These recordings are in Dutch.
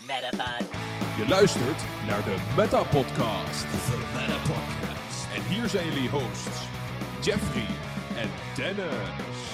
Metapod. Je luistert naar de Meta-podcast. The Meta Podcast. En hier zijn jullie hosts, Jeffrey en Dennis.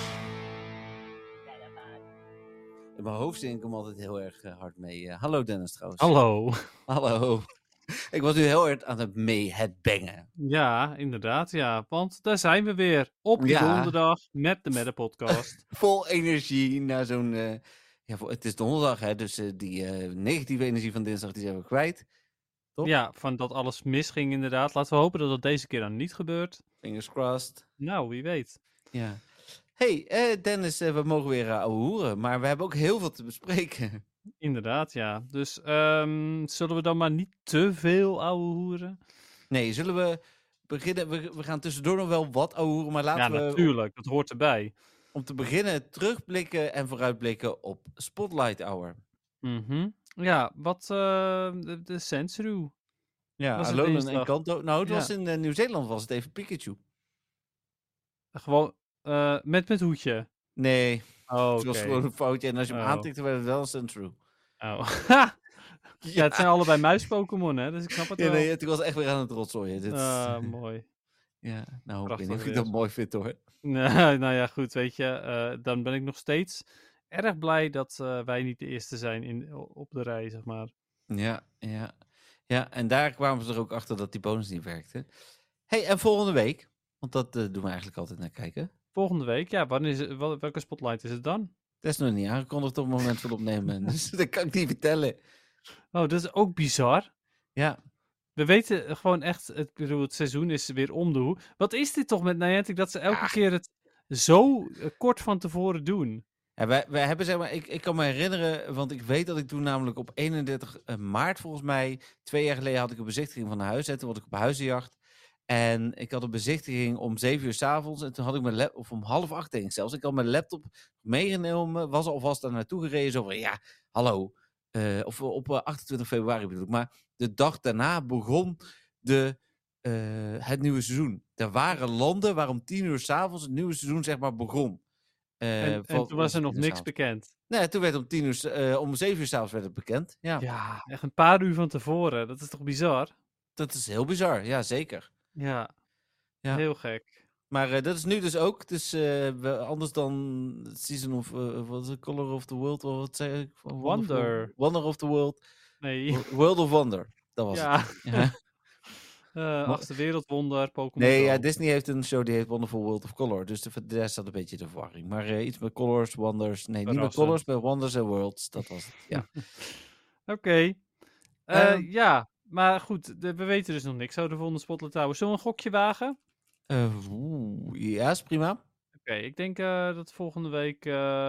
In mijn hoofd zing ik hem altijd heel erg hard mee. Hallo Dennis trouwens. Hallo. Hallo. Ik was nu heel erg aan het bangen. Ja, inderdaad, ja. Want daar zijn we weer. Op de donderdag met de Meta Podcast. Vol energie naar zo'n... het is donderdag, hè, dus die negatieve energie van dinsdag die zijn we kwijt. Toch? Ja, van dat alles misging inderdaad. Laten we hopen dat dat deze keer dan niet gebeurt. Fingers crossed. Nou, wie weet. Ja. Hey, Dennis, we mogen weer ouwe hoeren, maar we hebben ook heel veel te bespreken. Inderdaad, ja. Dus zullen we dan maar niet te veel ouwe hoeren? Nee, zullen we beginnen? We gaan tussendoor nog wel wat ouwe hoeren, maar laten we... Ja, natuurlijk. Dat hoort erbij. Om te beginnen terugblikken en vooruitblikken op Spotlight Hour. Ja, wat de Sensru. Ja, Was het Alolan dinsdag? en Kanto. Nou, het Ja. was in Nieuw-Zeeland was het even Pikachu. Gewoon met hoedje. Nee, Oh, het was gewoon een foutje. En als je hem Oh. aantikte, werd het wel een Sandshrew. Oh. Ja, het zijn allebei muis-Pokémon, hè? Dus ik snap het Ja, wel. nee, ik was echt weer aan het rotzooien. Dit is- Mooi. ja, nou, ik weet Prachtig niet of je weer. dat mooi vindt, hoor. Nou ja, goed, weet je. Dan ben ik nog steeds erg blij dat wij niet de eerste zijn op de rij, zeg maar. Ja. Ja, en daar kwamen ze er ook achter dat die bonus niet werkte. Hey, en volgende week, want dat doen we eigenlijk altijd naar kijken. Volgende week, ja, wanneer is het, welke spotlight is het dan? Dat is nog niet aangekondigd op het moment van opnemen. Dus dat kan ik niet vertellen. Oh, dat is ook bizar. Ja. We weten gewoon echt, ik bedoel, het seizoen is weer om de hoek. Wat is dit toch met Niantic dat ze elke keer het zo kort van tevoren doen? Ja, wij hebben zeg maar, ik kan me herinneren, want ik weet dat ik toen namelijk op 31 maart volgens mij, 2 jaar geleden had ik een bezichtiging van een huis. En toen was ik op huizenjacht. En ik had een bezichtiging om 7 uur 's avonds. En toen had ik mijn laptop, of om 7:30 denk ik zelfs. Ik had mijn laptop meegenomen, was alvast daar naartoe gereden. Zo van, ja, hallo. Of op 28 februari bedoel ik. Maar de dag daarna begon het nieuwe seizoen. Er waren landen waar om 10 uur 's avonds het nieuwe seizoen zeg maar begon. En toen was er nog niks bekend. Nee, toen werd om 7 uur 's avonds werd het bekend. Ja, Ja, echt een paar uur van tevoren. Dat is toch bizar? dat is heel bizar. Ja, zeker. Ja, Ja. heel gek. Maar dat is nu dus ook. Dus anders dan Season of... wat is het? Color of the World? Wat zei ik? Wonder. Wonder of the World. Nee. World of Wonder. Dat was Ja. het. Ja. Achtste wereldwonder, Pokémon Nee, Go. ja, Disney heeft een show die heet Wonderful World of Color. Dus daar staat een beetje de verwarring. Maar iets met Colors, Wonders... Nee, niet met Verrassend. Colors, met Wonders en Worlds. Dat was het, ja. Oké. Ehm. Ja, maar goed, we weten dus nog niks. Zou de volgende Spotlight Tower. Zullen we een gokje wagen? Ja, is prima. Oké, ik denk dat volgende week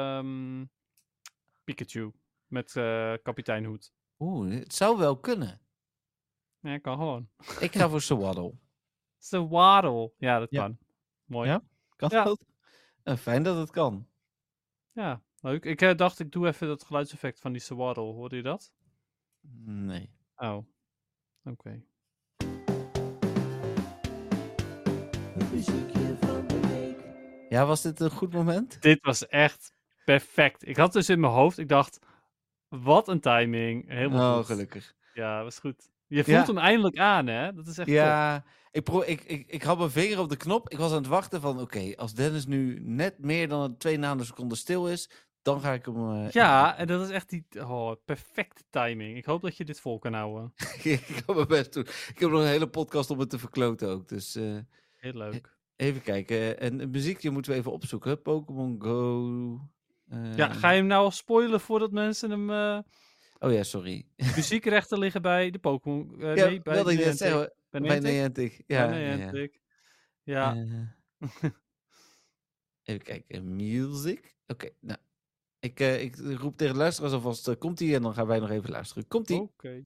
Pikachu met kapitein Hoed. Het zou wel kunnen. Ja, kan gewoon. Ik ga voor Sewaddle. Sewaddle. Ja, dat Ja. kan. Mooi. Ja? Kan Ja. dat? Fijn dat het kan. Ja, leuk. Ik dacht, ik doe even dat geluidseffect van die Sewaddle. Hoorde je dat? Nee. Oh, oké. Het muziekje van de week. Ja, was dit een goed moment? Dit was echt perfect. Ik had dus in mijn hoofd, ik dacht, wat een timing. Helemaal goed. Gelukkig. Ja, was goed. Je voelt hem eindelijk aan, hè? Dat is echt top. Ja, ik had mijn vinger op de knop. Ik was aan het wachten van, oké, als Dennis nu net meer dan 2 seconden stil is, dan ga ik hem... Ja, en dat is echt die perfecte timing. Ik hoop dat je dit vol kan houden. ik ga mijn best doen. Ik heb nog een hele podcast om het te verkloten ook. Dus Heel leuk. even kijken. En een muziekje moeten we even opzoeken. Pokémon Go. Ja, ga je hem nou al spoilen voordat mensen hem... Oh ja, sorry. muziekrechten liggen bij de Pokémon... Ja, nee, bij wilde ik net Niantic. zeggen. Bij Bij Niantic? Niantic. Ja, Bij ja. Niantic. Ja. Even kijken. Music. Oké, nou. Ik roep tegen de luisteraars alvast, komt-ie? En dan gaan wij nog even luisteren. Komt-ie? Oké.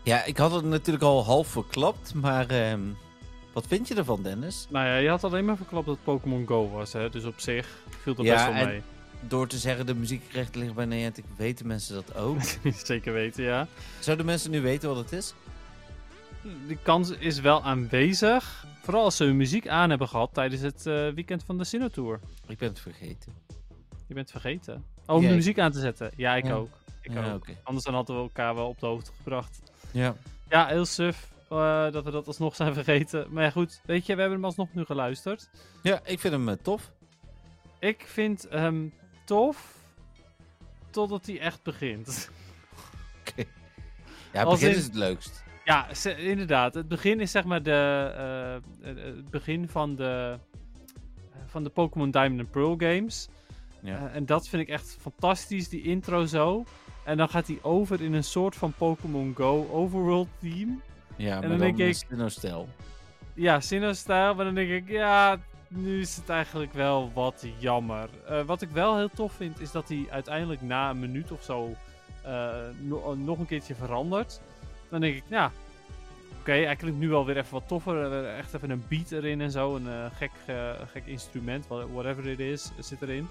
Ja, ik had het natuurlijk al half verklapt, maar wat vind je ervan, Dennis? Nou ja, je had alleen maar verklapt dat het Pokémon Go was, hè. Dus op zich viel dat Ja, best wel en- mee. Door te zeggen de muziekrechten liggen bij Niantic, weten mensen dat ook. Zeker weten, ja. Zouden mensen nu weten wat het is? Die kans is wel aanwezig. Vooral als ze hun muziek aan hebben gehad tijdens het weekend van de Sinnoh-tour. Ik ben het vergeten. Je bent het vergeten. Oh, om Jij. de muziek aan te zetten. Ja, ik Ja. ook. Ik Ja, ook. oké. Anders dan hadden we elkaar wel op de hoogte gebracht. Ja. Ja, heel suf dat we dat alsnog zijn vergeten. Maar ja, goed. Weet je, we hebben hem alsnog nu geluisterd. Ja, ik vind hem tof. Ik vind hem tof totdat hij echt begint. Ja, het Als begin in- is het leukst. Ja, inderdaad. Het begin is zeg maar het begin van de Pokémon Diamond and Pearl games. Ja. En dat vind ik echt fantastisch, die intro zo. En dan gaat hij over in een soort van Pokémon Go overworld team. Ja, dan maar denk ik- Sinnoh-stijl. Ja, Sinnoh-stijl, maar dan denk ik, ja, nu is het eigenlijk wel wat jammer. Wat ik wel heel tof vind, is dat hij uiteindelijk na een minuut of zo nog een keertje verandert. Dan denk ik, ja, oké, hij klinkt nu wel weer even wat toffer. Echt even een beat erin en zo. Een gek instrument, whatever it is, zit erin.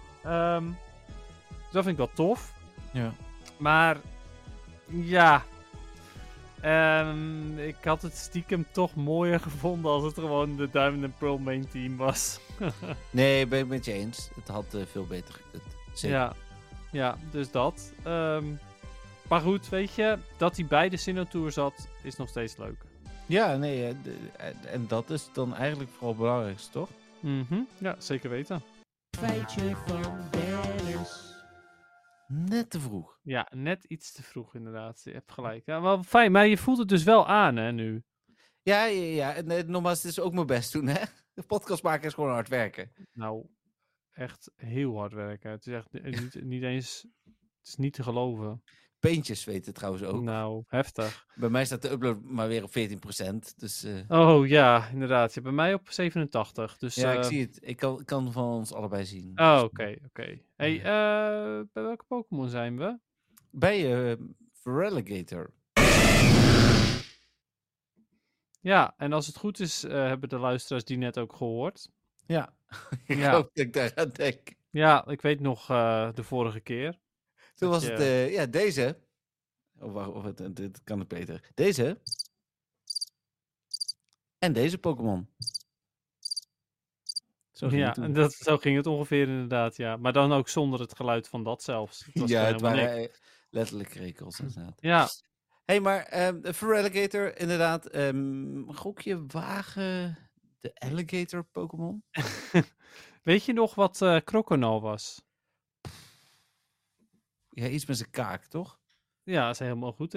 Dus dat vind ik wel tof. Ja. Maar, ja. Ik had het stiekem toch mooier gevonden als het gewoon de Diamond and Pearl main team was. Nee, ben ik met je eens. Het had veel beter gekund. Zeker. Ja, dus dat. Maar goed, weet je, dat hij bij de Sinnoh-tour zat, is nog steeds leuk. Ja, nee, en dat is dan eigenlijk vooral het belangrijkste, toch? Ja, zeker weten. Feitje van Dennis. Net te vroeg. Ja, net iets te vroeg inderdaad. Je hebt gelijk. Ja, wel fijn, maar je voelt het dus wel aan, hè, nu. Ja. En nogmaals, het is ook mijn best doen, hè? De podcast maken is gewoon hard werken. Nou, echt heel hard werken. Het is echt niet eens... Het is niet te geloven. Peentjes weten trouwens ook. Nou, heftig. Bij mij staat de upload maar weer op 14%. Dus Oh ja, inderdaad. Je hebt bij mij op 87. Dus, ja, ik zie het. Ik kan van ons allebei zien. Oh, Dus, oké. Hey, bij welke Pokémon zijn we? bij Feraligatr. Ja, en als het goed is, hebben de luisteraars die net ook gehoord. Ja, ik Ja. hoop dat ik daar aan denk. Ja, ik weet nog de vorige keer. Toen Dat was je- het, deze. Oh, wacht, dit kan het beter. Deze. En deze Pokémon. Zo ging Ja, het toen. en zo ging het ongeveer inderdaad, ja. Maar dan ook zonder het geluid van dat zelfs. Het was Ja, gewoon het helemaal waren niks. letterlijk krekels inderdaad. Ja, Hé, maar Feraligatr, inderdaad. Gokje wagen de Alligator Pokémon? weet je nog wat Croconaw was? Ja, iets met zijn kaak, toch? Ja, dat is helemaal goed.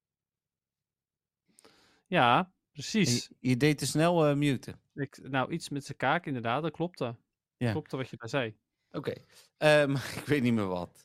Ja, precies. Je deed te snel muten. Nou, iets met zijn kaak inderdaad, dat klopte. Ja. Klopte wat je daar zei. Oké. Ik weet niet meer wat.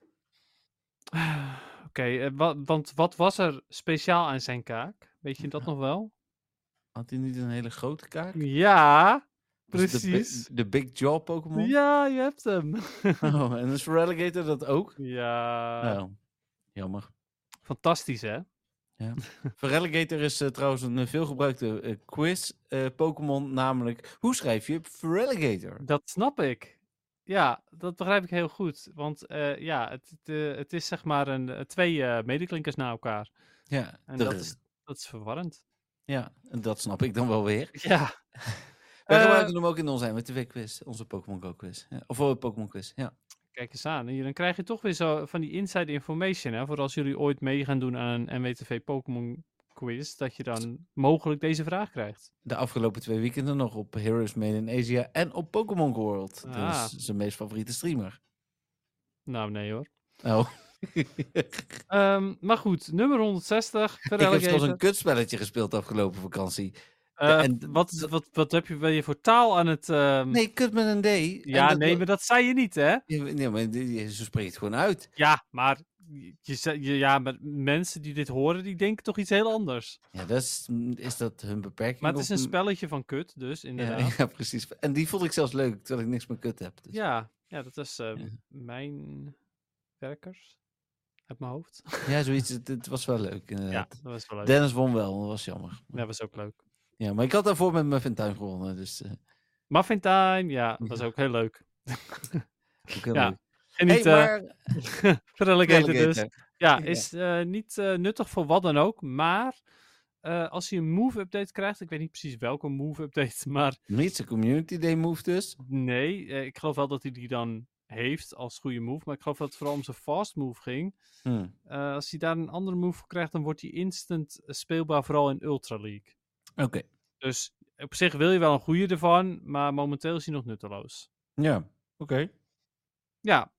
Oké, want wat was er speciaal aan zijn kaak? Weet je dat nog wel? Had hij niet een hele grote kaak? Ja, Was het precies. De Big Jaw Pokémon? Ja, je hebt hem. Oh, en is Feraligatr dat ook? Ja, Oh, jammer. fantastisch hè? Feraligatr is trouwens een veelgebruikte quiz Pokémon, namelijk hoe schrijf je Feraligatr? Dat snap ik. Ja, dat begrijp ik heel goed. Want ja, het is zeg maar twee medeklinkers na elkaar. Ja, En dat is verwarrend. ja, en dat snap ik dan wel weer. Ja. Wij gebruiken hem ook in onze MWTV-quiz, onze Pokémon Go-quiz. Ja. Of Pokémon quiz, ja. Kijk eens aan. Hier, dan krijg je toch weer zo van die inside information. Hè, voor als jullie ooit mee gaan doen aan een MWTV Pokémon quiz. Dat je dan mogelijk deze vraag krijgt. De afgelopen 2 weekenden nog op Heroes Made in Asia en op Pokémon World. Ah. Dus zijn meest favoriete streamer. Nou, nee hoor. Oh. Maar goed, nummer 160. Ik heb zelfs een kutspelletje gespeeld afgelopen vakantie. Wat ben je voor taal aan het... Nee, kut met een D. ja, En nee, maar dat zei je niet, hè? Nee, maar ze spreekt het gewoon uit. Ja, maar, maar mensen die dit horen, die denken toch iets heel anders. Ja, is dat hun beperking? Maar het is of een spelletje van kut, dus inderdaad. ja, precies. En die vond ik zelfs leuk, terwijl ik niks met kut heb. Dus. Ja, dat is mijn werkers. uit mijn hoofd. Ja, zoiets. Het was wel leuk, Ja, inderdaad. dat was wel leuk. Dennis won wel, dat was jammer. Ja, dat was ook leuk. Ja, maar ik had daarvoor met Muffin Time gewonnen, dus Muffin Time, ja, dat was ook heel leuk. ook heel Ja, leuk. genieten. Maar Relegator dus. Relegator. Ja, Ja. is niet nuttig voor wat dan ook, maar als je een move-update krijgt, ik weet niet precies welke move-update, maar Niet zijn Community Day move dus. nee, ik geloof wel dat hij die dan heeft als goede move, maar ik geloof dat het vooral om zijn fast move ging. Als hij daar een andere move voor krijgt, dan wordt hij instant speelbaar, vooral in Ultra League. Oké. Dus op zich wil je wel een goede ervan, maar momenteel is hij nog nutteloos. Ja, oké. Ja,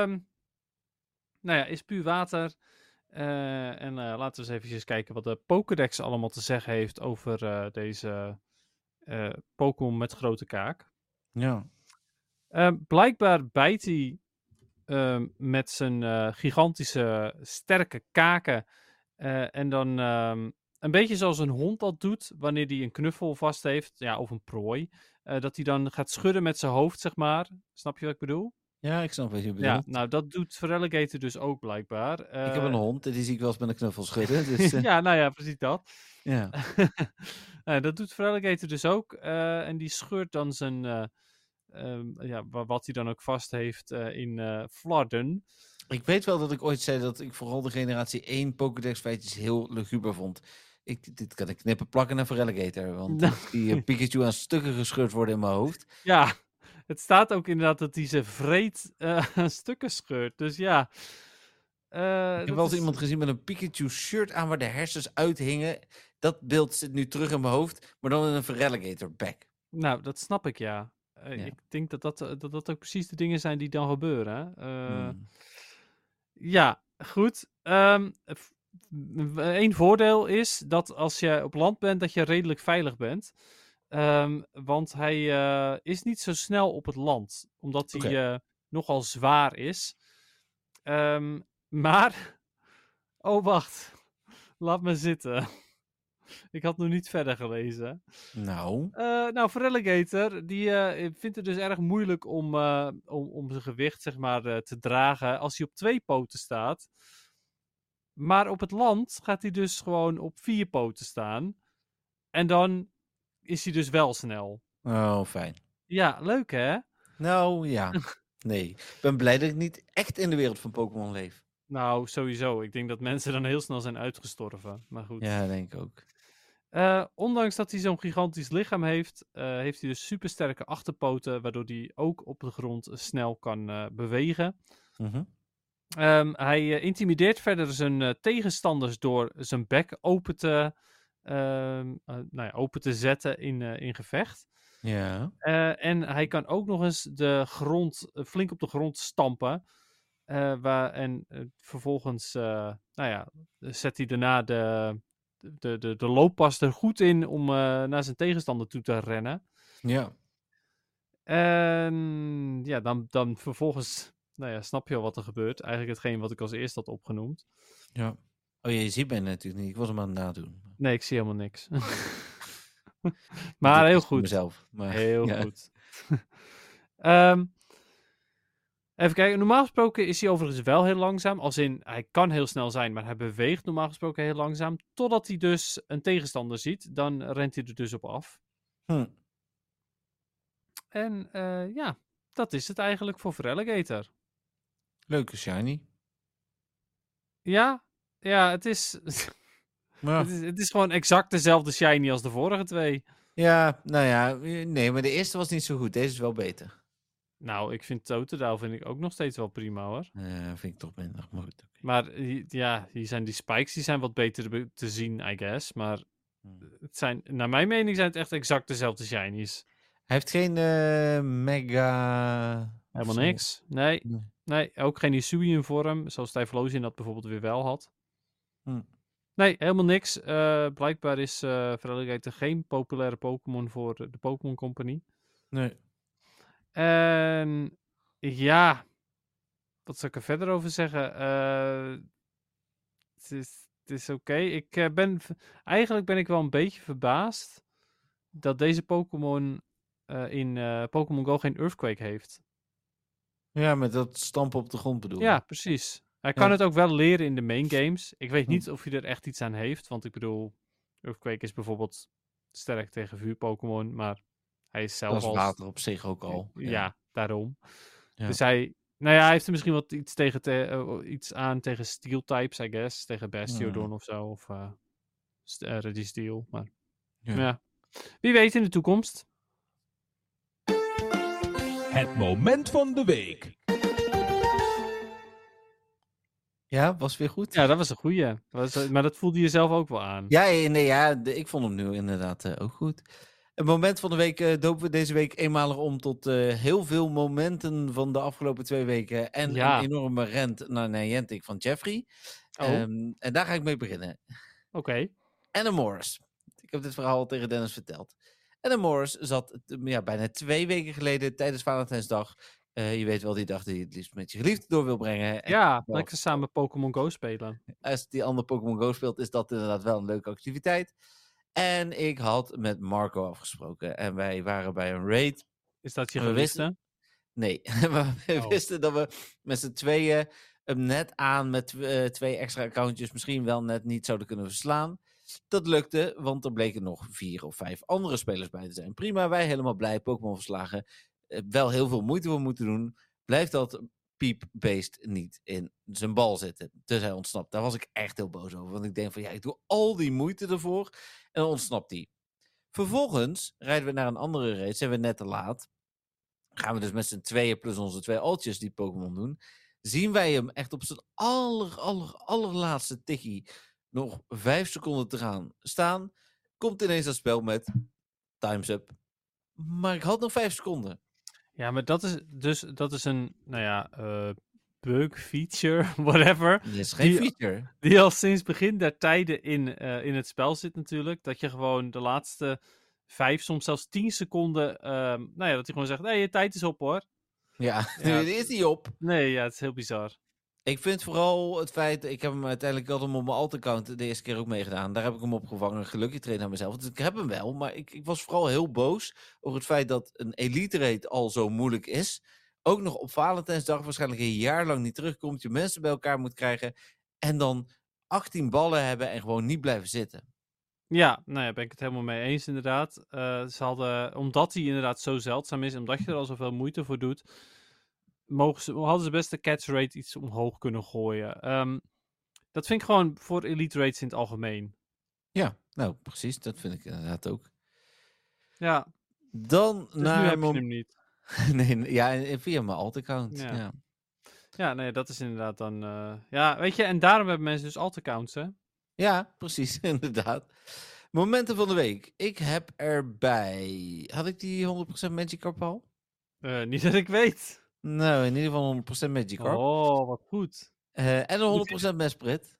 nou ja, is puur water. En laten we eens even kijken wat de Pokédex allemaal te zeggen heeft over deze Pokémon met grote kaak. Ja. Blijkbaar bijt hij met zijn gigantische sterke kaken. En dan een beetje zoals een hond dat doet wanneer hij een knuffel vast heeft, ja, of een prooi. Dat hij dan gaat schudden met zijn hoofd, zeg maar. Snap je wat ik bedoel? Ja, ik snap wat je bedoelt. Ja, nou dat doet Feraligatr dus ook blijkbaar. Ik heb een hond, die zie ik wel eens met een knuffel schudden. Dus, Ja, nou ja, precies dat. ja. Dat doet Feraligatr dus ook. En die scheurt dan zijn, wat hij dan ook vast heeft in Flarden. Ik weet wel dat ik ooit zei dat ik vooral de generatie 1 Pokédex feitjes heel luguber vond. Dit kan ik knippen plakken naar Feraligatr, want Nou. die Pikachu aan stukken gescheurd worden in mijn hoofd. Ja, het staat ook inderdaad dat hij ze vreed aan stukken scheurt. Dus ja. Ik heb wel eens iemand gezien met een Pikachu shirt aan waar de hersens uithingen. Dat beeld zit nu terug in mijn hoofd, maar dan in een Feraligatr back. Nou, dat snap ik, ja. Ja. Ik denk dat ook precies de dingen zijn die dan gebeuren. Hmm. Ja, goed. Eén voordeel is dat als je op land bent, dat je redelijk veilig bent. Want hij is niet zo snel op het land, omdat hij nogal zwaar is. Maar, oh wacht, laat me zitten. Ik had nog niet verder gelezen. Nou, Nou, Feraligatr, die vindt het dus erg moeilijk om zijn gewicht, zeg maar, te dragen als hij op 2 poten staat. Maar op het land gaat hij dus gewoon op 4 poten staan. En dan is hij dus wel snel. oh fijn. Ja, leuk hè? Nou ja, nee. Ik ben blij dat ik niet echt in de wereld van Pokémon leef. Nou, sowieso. Ik denk dat mensen dan heel snel zijn uitgestorven. Maar goed. Ja, denk ik ook. Ondanks dat hij zo'n gigantisch lichaam heeft, heeft hij dus supersterke achterpoten, waardoor hij ook op de grond snel kan bewegen. Mhm. Hij intimideert verder zijn tegenstanders door zijn bek open te zetten in gevecht. Ja. En hij kan ook nog eens de grond flink op de grond stampen. Vervolgens zet hij daarna de looppas er goed in om naar zijn tegenstander toe te rennen. Ja. En ja, dan vervolgens, nou ja, snap je al wat er gebeurt. Eigenlijk hetgeen wat ik als eerste had opgenoemd. Ja. Oh, je ziet mij natuurlijk niet. Ik was hem aan het nadoen. Nee, ik zie helemaal niks. Maar heel goed. Mezelf. Maar, Heel ja. goed. Even kijken. Normaal gesproken is hij overigens wel heel langzaam. Als in, hij kan heel snel zijn, maar hij beweegt normaal gesproken heel langzaam. Totdat hij dus een tegenstander ziet. Dan rent hij er dus op af. En ja, dat is het eigenlijk voor Feraligatr. Leuke shiny. Ja, het is... Ja. Het is gewoon exact dezelfde shiny als de vorige 2. Ja, nou ja. Nee, maar de eerste was niet zo goed. Deze is wel beter. Nou, ik vind Totodile vind ik ook nog steeds wel prima hoor. Vind ik toch minder. Maar goed. Okay. Maar ja, hier zijn die spikes die zijn wat beter te zien, I guess. Maar het zijn, naar mijn mening zijn het echt exact dezelfde shinies. Hij heeft geen mega... Helemaal niks. Nee, ook geen Hisuian vorm, zoals Typhlosion dat bijvoorbeeld weer wel had. Nee, helemaal niks. Blijkbaar is Feraligatr geen populaire Pokémon voor de Pokémon Company. Nee. En ja, wat zou ik er verder over zeggen? Het is oké. Eigenlijk ben ik wel een beetje verbaasd dat deze Pokémon in Pokémon Go geen Earthquake heeft. Ja, met dat stampen op de grond bedoel je? Ja, precies. Hij kan Ja. het ook wel leren in de main games. Ik weet Hm. niet of hij er echt iets aan heeft. Want ik bedoel, Earthquake is bijvoorbeeld sterk tegen vuur-Pokémon. Maar hij is zelf Dat is al... water op zich ook al. Ja, daarom. Ja. Dus hij... Nou ja, hij heeft er misschien wat iets, iets aan tegen Steel types, I guess. Tegen Bastiodon of zo. Of Registeel. Maar ja. Wie weet in de toekomst. Het moment van de week. Ja, was weer goed? Ja, dat was een goeie. Maar dat voelde je zelf ook wel aan. Ja, ik vond hem nu inderdaad ook goed. Het moment van de week dopen we deze week eenmalig om tot heel veel momenten van de afgelopen 2 weken. En Ja. een enorme rent naar Niantic van Jeffrey. Oh. En daar ga ik mee beginnen. Oké. Adam Morris. Ik heb dit verhaal al tegen Dennis verteld. Adam Morris zat bijna 2 weken geleden tijdens Valentijnsdag. Je weet wel, die dag die je het liefst met je geliefde door wil brengen. En Ja, wel, lekker samen Pokémon Go spelen. als die andere Pokémon Go speelt, is dat inderdaad wel een leuke activiteit. En ik had met Marco afgesproken. En wij waren bij een raid. Is dat je We geliefde? Nee, we Oh. wisten dat we met z'n tweeën hem net aan met 2 extra accountjes misschien wel net niet zouden kunnen verslaan. Dat lukte, want er bleken nog 4 of 5 andere spelers bij te zijn. Prima, wij helemaal blij, Pokémon verslagen. Wel heel veel moeite voor moeten doen. Blijft dat piep-beest niet in zijn bal zitten. Dus hij ontsnapt. Daar was ik echt heel boos over. Want ik denk van, ja, ik doe al die moeite ervoor en dan ontsnapt hij. Vervolgens rijden we naar een andere race, zijn we net te laat. Gaan we dus met z'n tweeën plus onze 2 altjes die Pokémon doen. Zien wij hem echt op zijn allerlaatste tikkie. Nog 5 seconden te gaan staan. Komt ineens dat spel met time's up. Maar ik had nog 5 seconden. Ja, maar dat is een, nou ja, bug, feature, whatever. Dat is geen Die- feature. Die al sinds begin der tijden in het spel zit natuurlijk. Dat je gewoon de laatste 5, soms zelfs 10 seconden, nou ja, dat hij gewoon zegt, nee, je tijd is op hoor. Ja, Ja. nu is hij op. Nee, ja, het is heel bizar. Ik vind vooral het feit, ik heb hem uiteindelijk had hem op mijn alt-account de eerste keer ook meegedaan. Daar heb ik hem op gevangen. Gelukkig trainen naar mezelf. Dus ik heb hem wel, maar ik was vooral heel boos over het feit dat een elite raid al zo moeilijk is. Ook nog op Valentijnsdag waarschijnlijk een jaar lang niet terugkomt. Je mensen bij elkaar moet krijgen en dan 18 ballen hebben en gewoon niet blijven zitten. Ja, nou ja, ben ik het helemaal mee eens inderdaad. Ze hadden, omdat hij inderdaad zo zeldzaam is, omdat je er al zoveel moeite voor doet, hadden ze best de catch rate iets omhoog kunnen gooien. Dat vind ik gewoon voor elite rates in het algemeen. Ja, nou precies. Dat vind ik inderdaad ook. Ja, Dan dus naar nu heb je hem niet. nee, ja, via mijn alt-account. Ja. Ja. Ja, nee, dat is inderdaad dan... ja, weet je, en daarom hebben mensen dus alt-accounts, hè? Ja, precies, inderdaad. Momenten van de week. Ik heb erbij... Had ik die 100% Magikarp al? Niet dat ik weet. Nou, in ieder geval 100% Magikarp. Oh, wat goed. En een 100% Mesprit.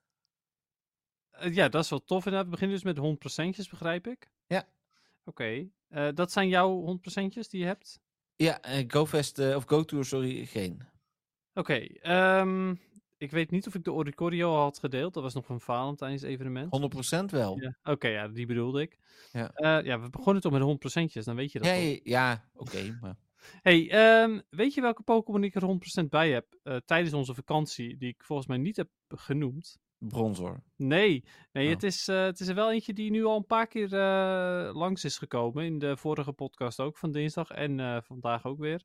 Ja, dat is wel tof inderdaad. We beginnen dus met 100%'jes, begrijp ik? Ja. Oké. Dat zijn jouw 100%'jes die je hebt? Ja, GoFest, of GoTour, sorry, geen. Oké. Ik weet niet of ik de Oricorio al had gedeeld. Dat was nog een Valentijns evenement. 100% wel. Ja. Oké, ja, die bedoelde ik. Ja. Ja, we begonnen toch met 100%'jes, dan weet je dat toch. Ja, oké, maar... Hey, weet je welke Pokémon ik er 100% bij heb tijdens onze vakantie, die ik volgens mij niet heb genoemd? Bronzor. Nee, Oh. het is er wel eentje die nu al een paar keer langs is gekomen. In de vorige podcast ook, van dinsdag. En vandaag ook weer.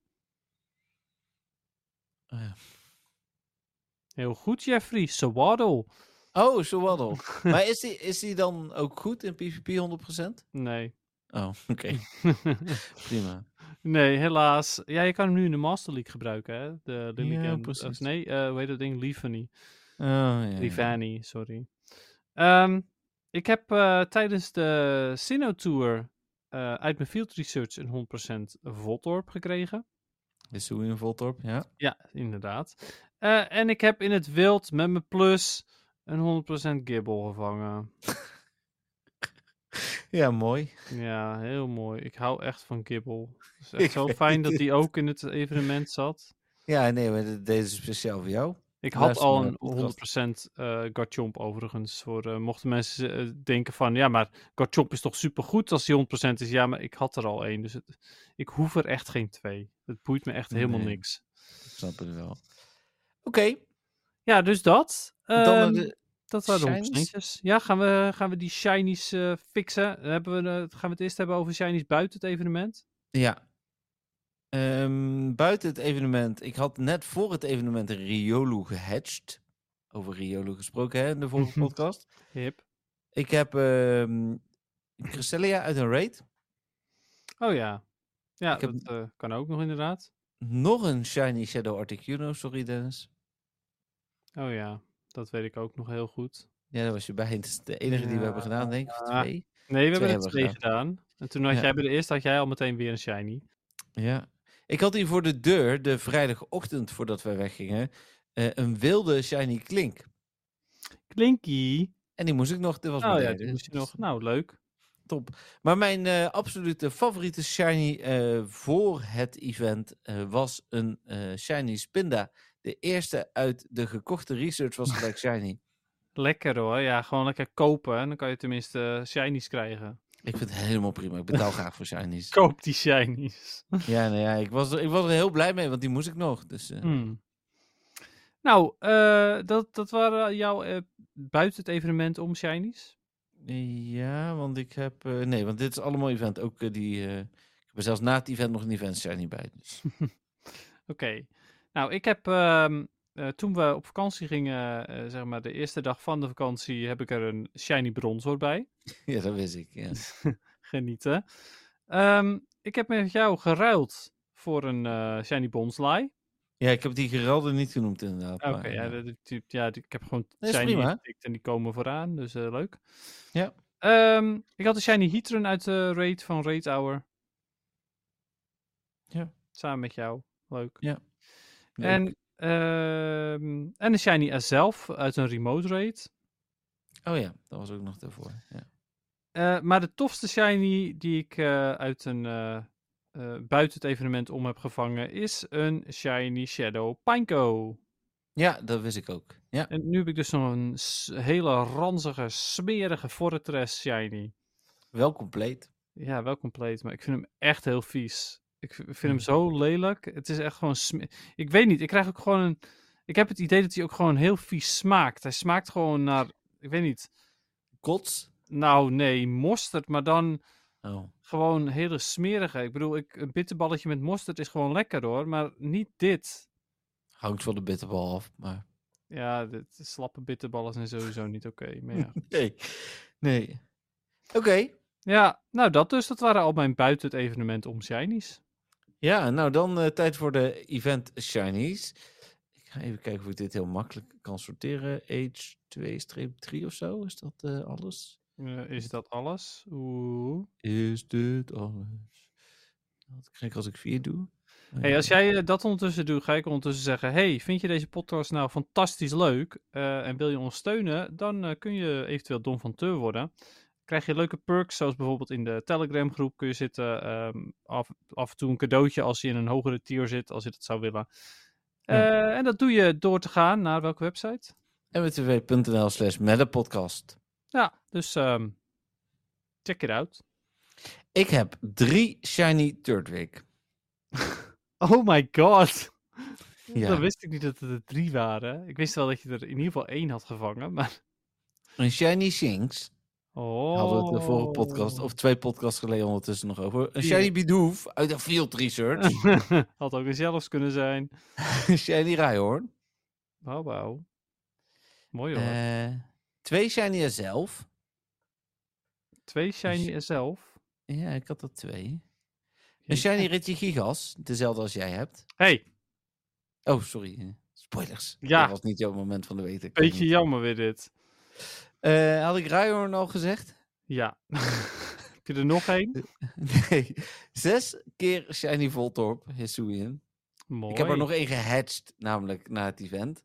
Heel goed, Jeffrey. Swaddle. Oh, Swaddle. Maar is die dan ook goed in PvP 100%? Nee. Oh, oké. Prima. Nee, helaas. Ja, je kan hem nu in de Master League gebruiken, hè? De Lilligant. Ja, Of precies. nee, hoe heet dat ding? Leafany. Oh, ja. Livani, sorry. Ik heb tijdens de Sinnoh Tour uit mijn field research een 100% Voltorb gekregen. De Suin Voltorb, ja. Ja, inderdaad. En ik heb in het wild met mijn plus een 100% Gibbel gevangen. Ja, mooi. Ja, heel mooi. Ik hou echt van Gibbel. Het is Ik echt zo weet fijn dat het. die ook in het evenement zat. Ja, nee, maar deze is speciaal voor jou. Ik had Luister al naar de podcast. een 100% Garchomp overigens. Voor mochten mensen denken van, ja, maar Garchomp is toch supergoed als die 100% is. Ja, maar ik had er al 1, dus ik hoef er echt geen 2. Het boeit me echt helemaal Nee. niks. Ik snap het wel. Oké. Ja, dus dat. Dan naar de Dat waren de shinies. honderdsteentjes. Ja, gaan we die shinies fixen? Gaan we het eerst hebben over shinies buiten het evenement? Ja. Buiten het evenement. Ik had net voor het evenement een Riolu gehatcht. Over Riolu gesproken, hè, in de vorige podcast. Hip. Ik heb Cresselia uit een raid. Oh ja. Ja, Ik heb- dat kan ook nog inderdaad. Nog een Shiny Shadow Articuno. Sorry, Dennis. Oh ja, dat weet ik ook nog heel goed. Ja, daar was je bij. Het is de enige die we hebben gedaan, denk ik. Of Ja. 2. Nee, we hebben hebben er we 2 gedaan. En toen had Ja. jij bij de eerste had jij al meteen weer een shiny. Ja. Ik had hier voor de deur, de vrijdagochtend voordat wij weggingen, een wilde Shiny Klink. Klinky. En die moest ik nog. Dit was Oh mijn ja, derde. die moest je Dus nog. Nou, leuk. top. Maar mijn absolute favoriete Shiny voor het event was een Shiny Spinda. De eerste uit de gekochte research was gelijk Shiny. Lekker hoor. Ja, gewoon lekker kopen. En dan kan je tenminste shinies krijgen. Ik vind het helemaal prima. Ik betaal graag voor Shinies. Koop die shinies. Ja, nou ja, ik was er heel blij mee, want die moest ik nog. Dus, Nou, dat waren jouw buiten het evenement om shinies. Ja, want ik heb... nee, want dit is allemaal event. Ook ik heb er zelfs na het event nog een event Shiny bij. Dus. Oké. Nou, ik heb toen we op vakantie gingen, zeg maar de eerste dag van de vakantie, heb ik er een shiny bronzor bij. Ja, dat wist ik. Ja. Genieten. Ik heb met jou geruild voor een shiny bonslai. Ja, ik heb die geralde niet genoemd inderdaad. Oké, maar, ja, ik heb gewoon Dat is shiny prima. ingetikt en die komen vooraan, dus leuk. Ja. Ik had de shiny Heatran uit de raid van Raid Hour. Ja. Samen met jou. Leuk. Ja. En de shiny zelf uit een remote raid. Oh ja, dat was ook nog daarvoor. Ja. Maar de tofste shiny die ik uit een buiten het evenement om heb gevangen is een shiny Shadow Pineco. Ja, dat wist ik ook. Ja. En nu heb ik dus nog een hele ranzige, smerige Fortress shiny. Wel compleet. Ja, wel compleet, maar ik vind hem echt heel vies. Ik vind hem Hmm. zo lelijk. Het is echt gewoon... Ik weet niet, ik krijg ook gewoon een... Ik heb het idee dat hij ook gewoon heel vies smaakt. Hij smaakt gewoon naar... Ik weet niet. Kots? Nou, nee, mosterd, maar dan Oh. gewoon hele smerige. Ik bedoel, een bitterballetje met mosterd is gewoon lekker hoor, maar niet dit. Hangt van de bitterbal af, maar... Ja, de slappe bitterballen zijn sowieso niet oké. Maar ja. Nee. Oké. Ja, nou dat dus. Dat waren al mijn buiten het evenement om shinies. Ja, nou dan tijd voor de event Shinies. Ik ga even kijken of ik dit heel makkelijk kan sorteren. Age 2-3 of zo, is dat alles? Is dat alles? Oeh. Is dit alles? Wat krijg ik als ik 4 doe? Hey, als jij dat ondertussen doet, ga ik ondertussen zeggen... Hey, vind je deze podcast nou fantastisch leuk en wil je ons steunen... dan kun je eventueel donateur worden. Krijg je leuke perks, zoals bijvoorbeeld in de Telegram groep kun je zitten. Af en toe een cadeautje als je in een hogere tier zit, als je dat zou willen. En dat doe je door te gaan naar welke website? mwtv.nl/medapodcast. Ja, dus check it out. Ik heb 3 Shiny Turtwig. Oh my god. Ja. Dan wist ik niet dat het er 3 waren. Ik wist wel dat je er in ieder geval 1 had gevangen, maar... Een Shiny Shinx. Oh. Hadden we het de vorige podcast, of 2 podcasts geleden ondertussen nog over. Een Shiny Bidoof uit de Field Research. Had ook een zelfs kunnen zijn. Een Shiny Rhyhorn. Wauw. Mooi hoor. 2 Shiny zelf. 2 shiny zelf. Ja, ik had er 2. Een Shiny Regigigas, dezelfde als jij hebt. Hey, Oh, sorry. Spoilers. Ja. Dat was niet jouw moment van de week. beetje jammer weer dit. Had ik Rhyhorn al gezegd? Ja. Heb je er nog 1? Nee. 6 keer Shiny Voltorb, Hisuian. Mooi. Ik heb er nog 1 gehatcht, namelijk na het event.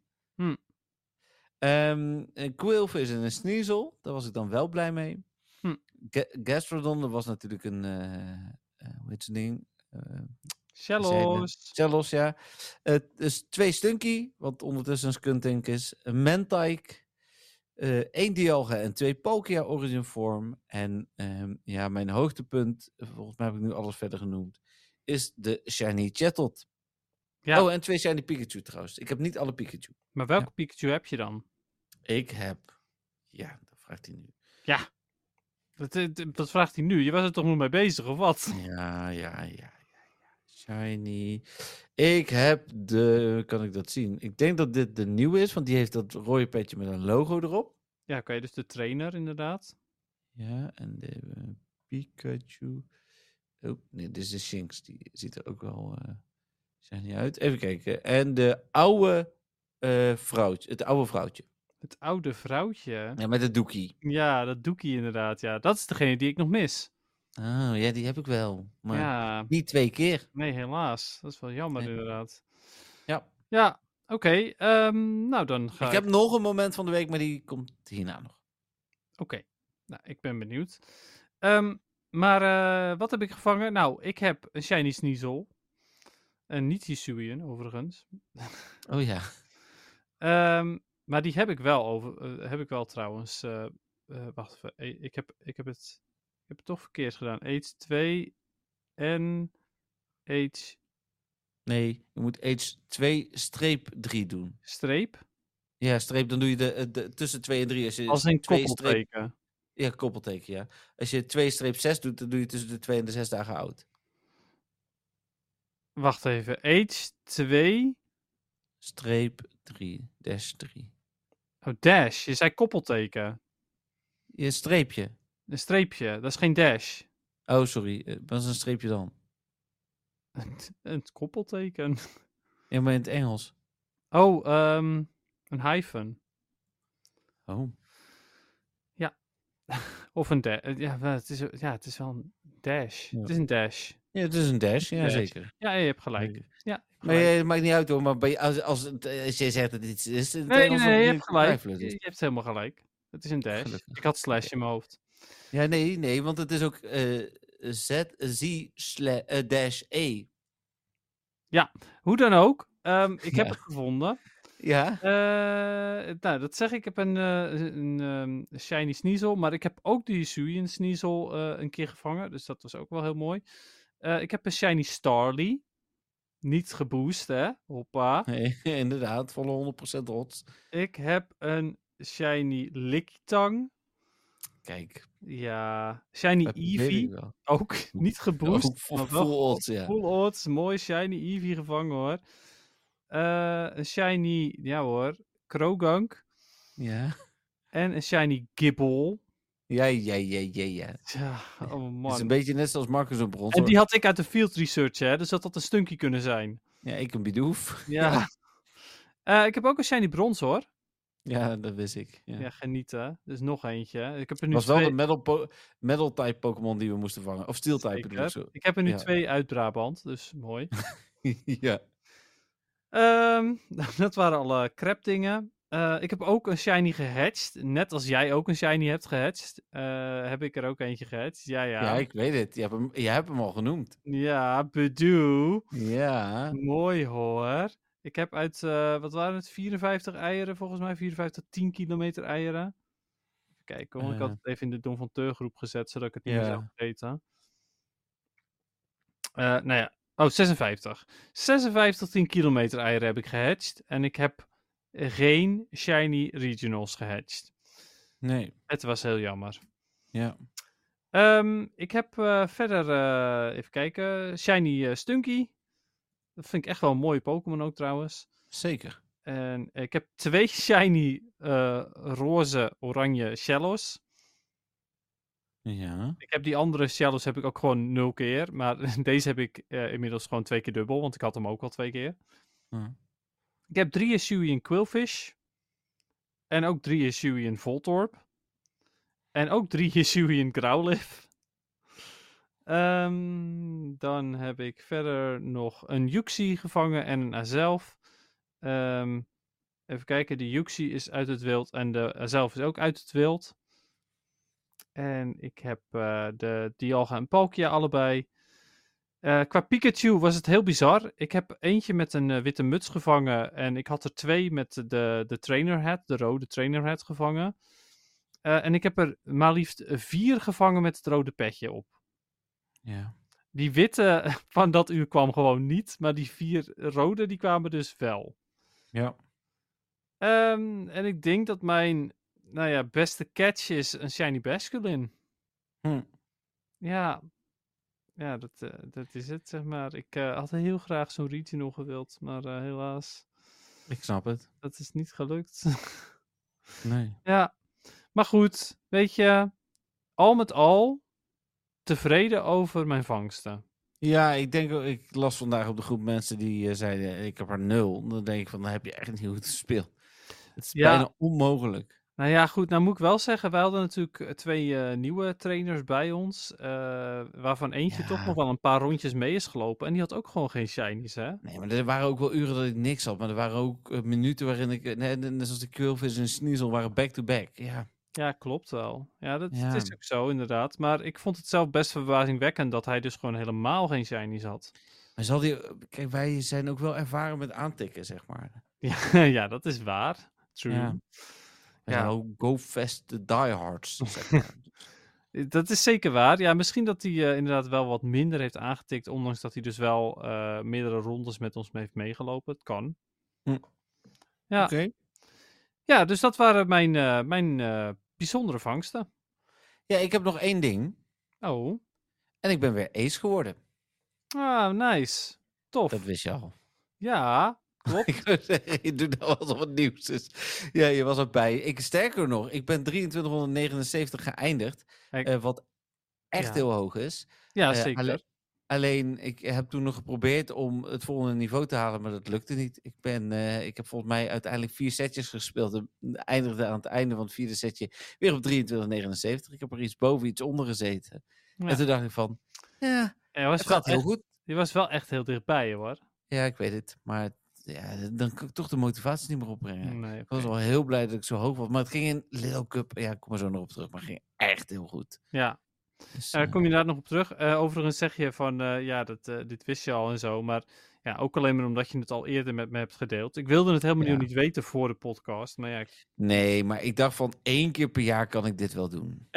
Een Quillfish en een Sneasel, daar was ik dan wel blij mee. Gastrodon, dat was natuurlijk een, hoe heet zijn ding? Shellos. Shellos, ja. Dus 2 Stunky, wat ondertussen een Skuntank is. Een Mantike, 1 Dialga en 2 Palkia Origin Form. En ja, mijn hoogtepunt, volgens mij heb ik nu alles verder genoemd, is de Shiny Chatot. Ja, Oh, en 2 shiny Pikachu trouwens. Ik heb niet alle Pikachu. maar welke Pikachu heb je dan? Ik heb... Ja, dat vraagt hij nu. Ja, dat vraagt hij nu. Je was er toch nog mee bezig, of wat? Ja. Shiny. Ik heb de... Kan ik dat zien? Ik denk dat dit de nieuwe is, want die heeft dat rode petje met een logo erop. Ja, oké, dus de trainer inderdaad. Ja, en de Pikachu. Oh, nee, dit is de Shinx. Die ziet er ook wel shiny uit. Even kijken. En de oude vrouwtje. Het oude vrouwtje. Het oude vrouwtje. Ja, met het doekie. Ja, dat doekie inderdaad. Ja, dat is degene die ik nog mis. Oh, ja, die heb ik wel. Maar Ja, niet 2 keer. nee, helaas. Dat is wel jammer Nee. inderdaad. Ja. Ja, oké. Nou, dan ga Ik heb nog een moment van de week, maar die komt hierna nog. Oké, nou, ik ben benieuwd. Maar wat heb ik gevangen? Nou, ik heb een Shiny Sneasel. En niet Hisuian, overigens. Oh ja. Maar die heb ik wel heb ik wel trouwens. Wacht even. Ik heb het toch verkeerd gedaan. H2 en H Nee, je moet H2-3 doen. streep. Ja, streep, dan doe je de tussen 2 en 3. Als je Als een 2 koppelteken. Ja, koppelteken, ja. Als je 2-6 doet, dan doe je tussen de 2 en de 6 dagen oud. Wacht even. H2. Streep 3, dash 3. Oh, dash. Je zei koppelteken. Je streepje. Een streepje. Dat is geen dash. Oh, sorry. Wat is een streepje dan? Een koppelteken. Ja, maar in het Engels. Oh, een hyphen. Oh. Of een dash. Het is wel een dash. Ja. Het is een dash. Ja, het is een dash, ja, Dash. zeker. Ja, je hebt gelijk. Nee. Ja, je hebt Maar gelijk. het maakt niet uit hoor, maar als je zegt dat het iets is, in het Nee, Engels je dan hebt gelijk. twijfelen, Je dus. hebt helemaal gelijk. Het is een dash. Gelukkig. Ik had slash in mijn hoofd. Ja, nee, want het is ook dash E. Hoe dan ook, ik heb Ja. het gevonden. Ja? Nou, dat zeg ik. Ik heb een Shiny Sneasel, maar ik heb ook de Hisuian Sneasel een keer gevangen. Dus dat was ook wel heel mooi. Ik heb een Shiny Starly. Niet geboost, hè? Hoppa. Nee, inderdaad, volle 100% rots. Ik heb een Shiny Lickitung. Kijk, Ja. Shiny dat weet ik Eevee. wel. Ook niet geboost. Ook maar wel full odds, ja. Full odds. Mooi Shiny Eevee gevangen hoor. Een Shiny, ja hoor, Krogunk. Ja. En een Shiny Gible. Ja. Tja, oh Het is man. een beetje net zoals Marcus op brons. En die had ik uit de field research, hè? Dus dat had een stunky kunnen zijn. Ja, ik een Bidoof. Ja. Ik heb ook een Shiny Brons, hoor. Ja, dat wist ik. Ja, Ja. genieten. Dus nog eentje. Ik heb er nu Het was wel twee... de metal type Pokémon die we moesten vangen. Of steel type bedoel ik Zeker. zo. Ik heb er nu Ja. 2 uit Brabant, dus mooi. Ja. Dat waren alle crap dingen. Ik heb ook een shiny gehatcht. Net als jij ook een shiny hebt gehatcht. Heb ik er ook eentje gehatcht. Ja. Ja, ik weet het. Je hebt hem al genoemd. Ja, bedoel. Ja. Mooi hoor. Ik heb uit, wat waren het? 54 eieren volgens mij. 54, 10 kilometer eieren. Even kijken hoor. Ik had het even in de Don van Teur groep gezet, zodat ik het niet meer zou Ja. vergeten. Nou ja. Oh, 56. 56 10 kilometer eieren heb ik gehatcht. En ik heb geen shiny regionals gehatcht. Nee. Het was heel jammer. Ja. Ik heb verder, even kijken, shiny Stunky. Dat vind ik echt wel een mooie Pokémon ook trouwens. Zeker. En ik heb 2 shiny roze, oranje Shellos. Ja. Ik heb die andere Shellos heb ik ook gewoon 0 keer. Maar deze heb ik inmiddels gewoon 2 keer dubbel, want ik had hem ook al 2 keer. Ja. Ik heb 3 Hisuian Quillfish. En ook 3 Hisuian Voltorb. En ook 3 Hisuian Growlithe. Dan heb ik verder nog een Yuxi gevangen en een Azelf. Even kijken, de Yuxi is uit het wild en de Azelf is ook uit het wild. En ik heb de Dialga en Palkia allebei. Qua Pikachu was het heel bizar. Ik heb eentje met een witte muts gevangen. En ik had er 2 met de trainer hat, de rode trainer hat gevangen. En ik heb er maar liefst 4 gevangen met het rode petje op. Ja. Die witte van dat uur kwam gewoon niet, maar die 4 rode die kwamen dus wel. Ja. En ik denk dat mijn beste catch is een Shiny Basculin. Hm. Ja, dat is het, zeg maar. Ik had heel graag zo'n regional gewild, maar helaas, Ik snap het. dat is niet gelukt. Nee. Ja, maar goed, weet je, al met al tevreden over mijn vangsten. Ja, ik denk ook, ik las vandaag op de groep mensen die zeiden, ik heb er 0. Dan denk ik van, dan heb je echt niet goed gespeeld. Het is Ja. bijna onmogelijk. Nou ja, goed, nou moet ik wel zeggen, wij hadden natuurlijk 2 nieuwe trainers bij ons, waarvan eentje Ja. toch nog wel een paar rondjes mee is gelopen en die had ook gewoon geen shinies, hè? Nee, maar er waren ook wel uren dat ik niks had. Maar er waren ook minuten waarin ik, net zoals de Quillfish en Sneasel, waren back-to-back. Ja. Ja, klopt wel. Ja, dat Ja. is ook zo, inderdaad. Maar ik vond het zelf best verbazingwekkend dat hij dus gewoon helemaal geen shinies had. Maar zal die, kijk, wij zijn ook wel ervaren met aantikken, zeg maar. Ja, ja, dat is waar. True. Ja. Wij Ja. zijn ook go fast the diehards, zeg maar. Dat is zeker waar. Ja, misschien dat hij inderdaad wel wat minder heeft aangetikt, ondanks dat hij dus wel meerdere rondes met ons heeft meegelopen. Het kan. Hm. Ja. Oké. Ja, dus dat waren mijn bijzondere vangsten. Ja, ik heb nog 1 ding. Oh. En ik ben weer ace geworden. Ah, nice. Tof. Dat wist je al. Ja, klopt. Ik wil zeggen, je doet nou alsof het nieuws is. Ja, je was erbij. Sterker nog, ik ben 2379 geëindigd. Kijk. Wat echt Ja. heel hoog is. Ja, zeker. Alleen, ik heb toen nog geprobeerd om het volgende niveau te halen, maar dat lukte niet. Ik heb volgens mij uiteindelijk 4 setjes gespeeld en eindigde aan het einde van het 4e setje weer op 2379. Ik heb er iets boven, iets onder gezeten. Ja. En toen dacht ik van, ja, Ja, was het wel gaat heel echt, goed. je was wel echt heel dichtbij, hoor. Ja, ik weet het. Maar ja, dan kan ik toch de motivatie niet meer opbrengen. Nee, Ik was oké. wel heel blij dat ik zo hoog was. Maar het ging in Little Cup. Ja, ik kom er zo nog op terug. Maar het ging echt heel goed. Ja, Dus, daar kom je inderdaad nog op terug. Overigens zeg je van, dit wist je al en zo. Maar ja, ook alleen maar omdat je het al eerder met me hebt gedeeld. Ik wilde het helemaal Ja. niet weten voor de podcast. Maar ja, nee, maar ik dacht van 1 keer per jaar kan ik dit wel doen.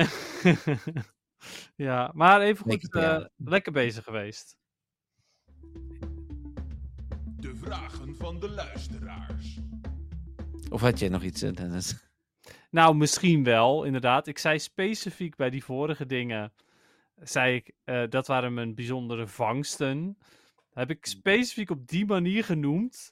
ja, maar even 2 goed, keer per jaar. lekker bezig geweest. De vragen van de luisteraars. Of had jij nog iets, Dennis? Nou, misschien wel, inderdaad. Ik zei specifiek bij die vorige dingen, zei ik, dat waren mijn bijzondere vangsten. Heb ik specifiek op die manier genoemd.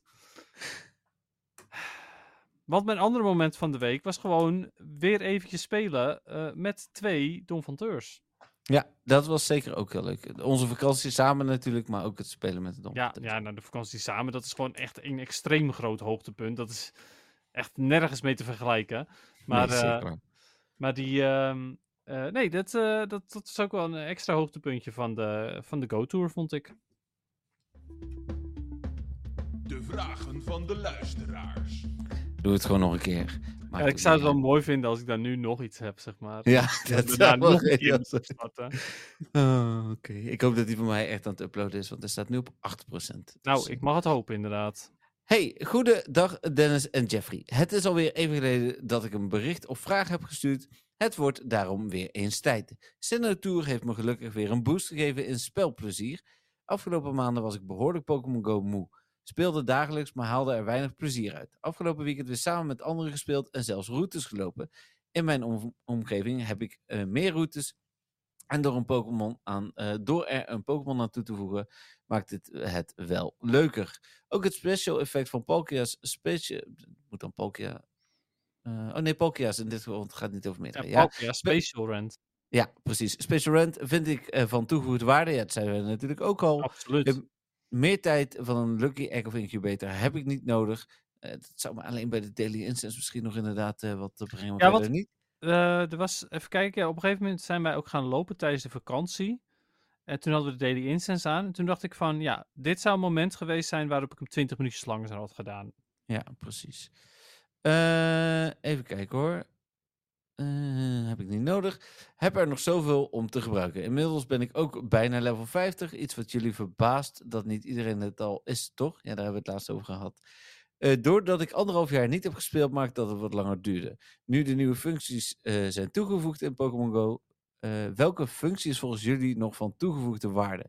Want mijn andere moment van de week was gewoon weer eventjes spelen met 2 donfanteurs. Ja, dat was zeker ook heel leuk. Onze vakantie samen natuurlijk, maar ook het spelen met de dom. Ja, nou, de vakantie samen, dat is gewoon echt een extreem groot hoogtepunt. Dat is echt nergens mee te vergelijken. Maar, nee, zeker. maar die... nee, dat is ook wel een extra hoogtepuntje van de Go-Tour, vond ik. De vragen van de luisteraars. Doe het gewoon nog een keer. Ja, ik zou het wel mooi vinden als ik daar nu nog iets heb, zeg maar. Ja, dat dat we zou daar wel nog een keer heel moeten starten. Oké. Ik hoop dat die van mij echt aan het uploaden is, want hij staat nu op 8%. Nou, Dus, ik mag het hopen, inderdaad. Hey, goedendag Dennis en Jeffrey. Het is alweer even geleden dat ik een bericht of vraag heb gestuurd. Het wordt daarom weer eens tijd. Tour heeft me gelukkig weer een boost gegeven in spelplezier. Afgelopen maanden was ik behoorlijk Pokémon Go moe. Speelde dagelijks, maar haalde er weinig plezier uit. Afgelopen weekend weer samen met anderen gespeeld en zelfs routes gelopen. In mijn omgeving heb ik meer routes. En door er een Pokémon aan toe te voegen, maakt het wel leuker. Ook het special effect van Palkia's moet dan Palkia... Palkia's in dit geval, want het gaat niet over meerdere. Ja, Special Rant. Ja, precies. Special Rant vind ik van toegevoegde waarde. Ja, dat zeiden we natuurlijk ook al. Absoluut. Meer tijd van een Lucky Egg of Incubator heb ik niet nodig. Het zou me alleen bij de Daily Instance misschien nog inderdaad wat te brengen, maar Ja, verder niet. Er was, even kijken, op een gegeven moment zijn wij ook gaan lopen tijdens de vakantie. En toen hadden we de Daily Instance aan. En toen dacht ik van, ja, dit zou een moment geweest zijn waarop ik hem 20 minuutjes langer had gedaan. Ja, precies. Even kijken hoor. Heb ik niet nodig. Heb er nog zoveel om te gebruiken. Inmiddels ben ik ook bijna level 50. Iets wat jullie verbaast dat niet iedereen het al is, toch? Ja, daar hebben we het laatst over gehad. Doordat ik 1,5 jaar niet heb gespeeld, maakt dat het wat langer duurde. Nu de nieuwe functies zijn toegevoegd in Pokémon Go. Welke functie is volgens jullie nog van toegevoegde waarde?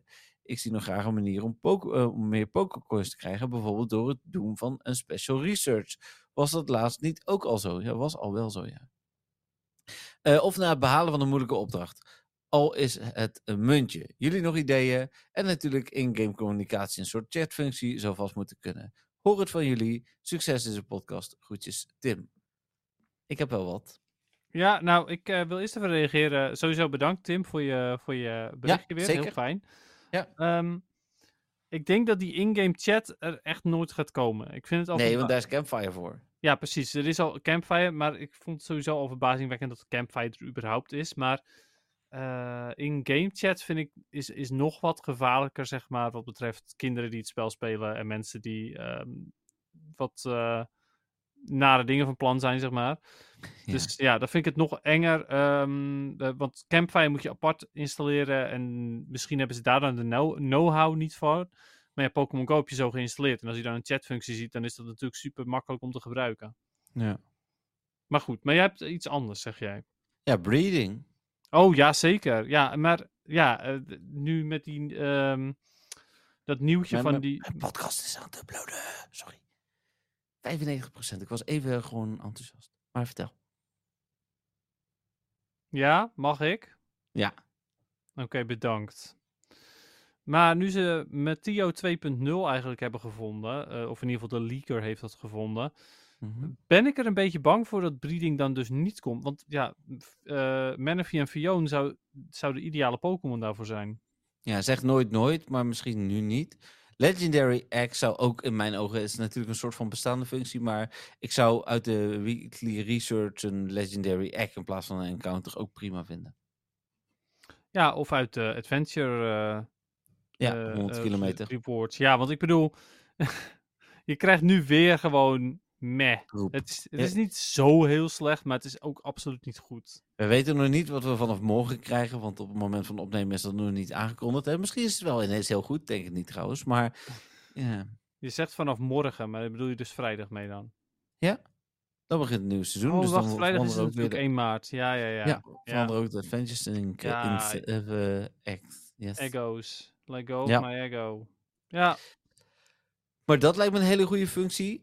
Ik zie nog graag een manier om meer Pokécoins te krijgen. Bijvoorbeeld door het doen van een special research. Was dat laatst niet ook al zo? Ja, was al wel zo, ja. Of na het behalen van een moeilijke opdracht. Al is het een muntje. Jullie nog ideeën? En natuurlijk in-game communicatie, een soort chatfunctie zou vast moeten kunnen. Hoor het van jullie. Succes in deze podcast. Groetjes, Tim. Ik heb wel wat. Ja, nou, ik wil eerst even reageren. Sowieso bedankt, Tim, voor je berichtje weer. zeker. Heel fijn. Ja. Ik denk dat die in-game chat er echt nooit gaat komen. Ik vind het al Nee, want daar is Campfire voor. Ja, precies. Er is al Campfire, maar ik vond het sowieso al verbazingwekkend dat Campfire er überhaupt is. Maar in-game chat vind ik is nog wat gevaarlijker, zeg maar, wat betreft kinderen die het spel spelen en mensen die wat nare dingen van plan zijn, zeg maar. Ja. Dus ja, dan vind ik het nog enger. Want Campfire moet je apart installeren en misschien hebben ze daar dan de know-how niet voor. Maar ja, Pokémon Go heb je zo geïnstalleerd. En als je dan een chatfunctie ziet, dan is dat natuurlijk super makkelijk om te gebruiken. Ja. Maar goed, maar jij hebt iets anders, zeg jij. Ja, breeding. Oh, ja, zeker. Ja, maar ja, nu met die, dat nieuwtje van die... Mijn podcast is aan het uploaden. Sorry. 95%. Ik was even gewoon enthousiast. Maar vertel. Ja, mag ik? Ja. Oké, bedankt. Maar nu ze Meteo 2.0 eigenlijk hebben gevonden, of in ieder geval de leaker heeft dat gevonden, ben ik er een beetje bang voor dat breeding dan dus niet komt. Want ja, Manaphy en Fion zou de ideale Pokémon daarvoor zijn. Ja, zeg nooit nooit, maar misschien nu niet. Legendary Egg zou ook in mijn ogen, is natuurlijk een soort van bestaande functie, maar ik zou uit de weekly research een Legendary Egg in plaats van een encounter ook prima vinden. Ja, of uit de Adventure... Ja, 100 kilometer. Rewards. Ja, want ik bedoel, je krijgt nu weer gewoon meh. Roep. Het is niet zo heel slecht, maar het is ook absoluut niet goed. We weten nog niet wat we vanaf morgen krijgen, want op het moment van opnemen is dat nog niet aangekondigd. Hè? Misschien is het wel ineens heel goed, denk ik niet trouwens, maar ja. Je zegt vanaf morgen, maar daar bedoel je dus vrijdag mee dan? Ja, dan begint het nieuwe seizoen. Oh, dus wacht, dan vrijdag is het ook natuurlijk 1 maart. Ja. Ja, veranderen ook de Adventures in Act. Yes. Eggo's. Let go Ja. of my ego. Ja. Maar dat lijkt me een hele goede functie.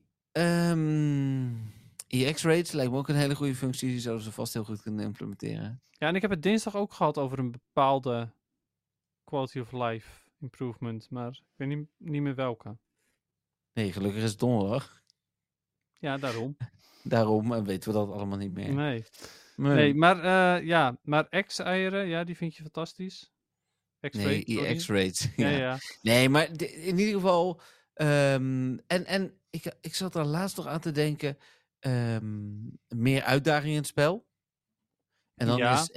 EX rates lijkt me ook een hele goede functie. Die zouden ze vast heel goed kunnen implementeren. Ja, en ik heb het dinsdag ook gehad over een bepaalde quality of life improvement. Maar ik weet niet meer welke. Nee, gelukkig is het donderdag. Ja, daarom. Daarom weten we dat allemaal niet meer. Nee, maar X-eieren, ja, die vind je fantastisch. Nee, EX rates. Ja. Nee, maar in ieder geval... en ik zat daar laatst nog aan te denken... meer uitdaging in het spel. En dan is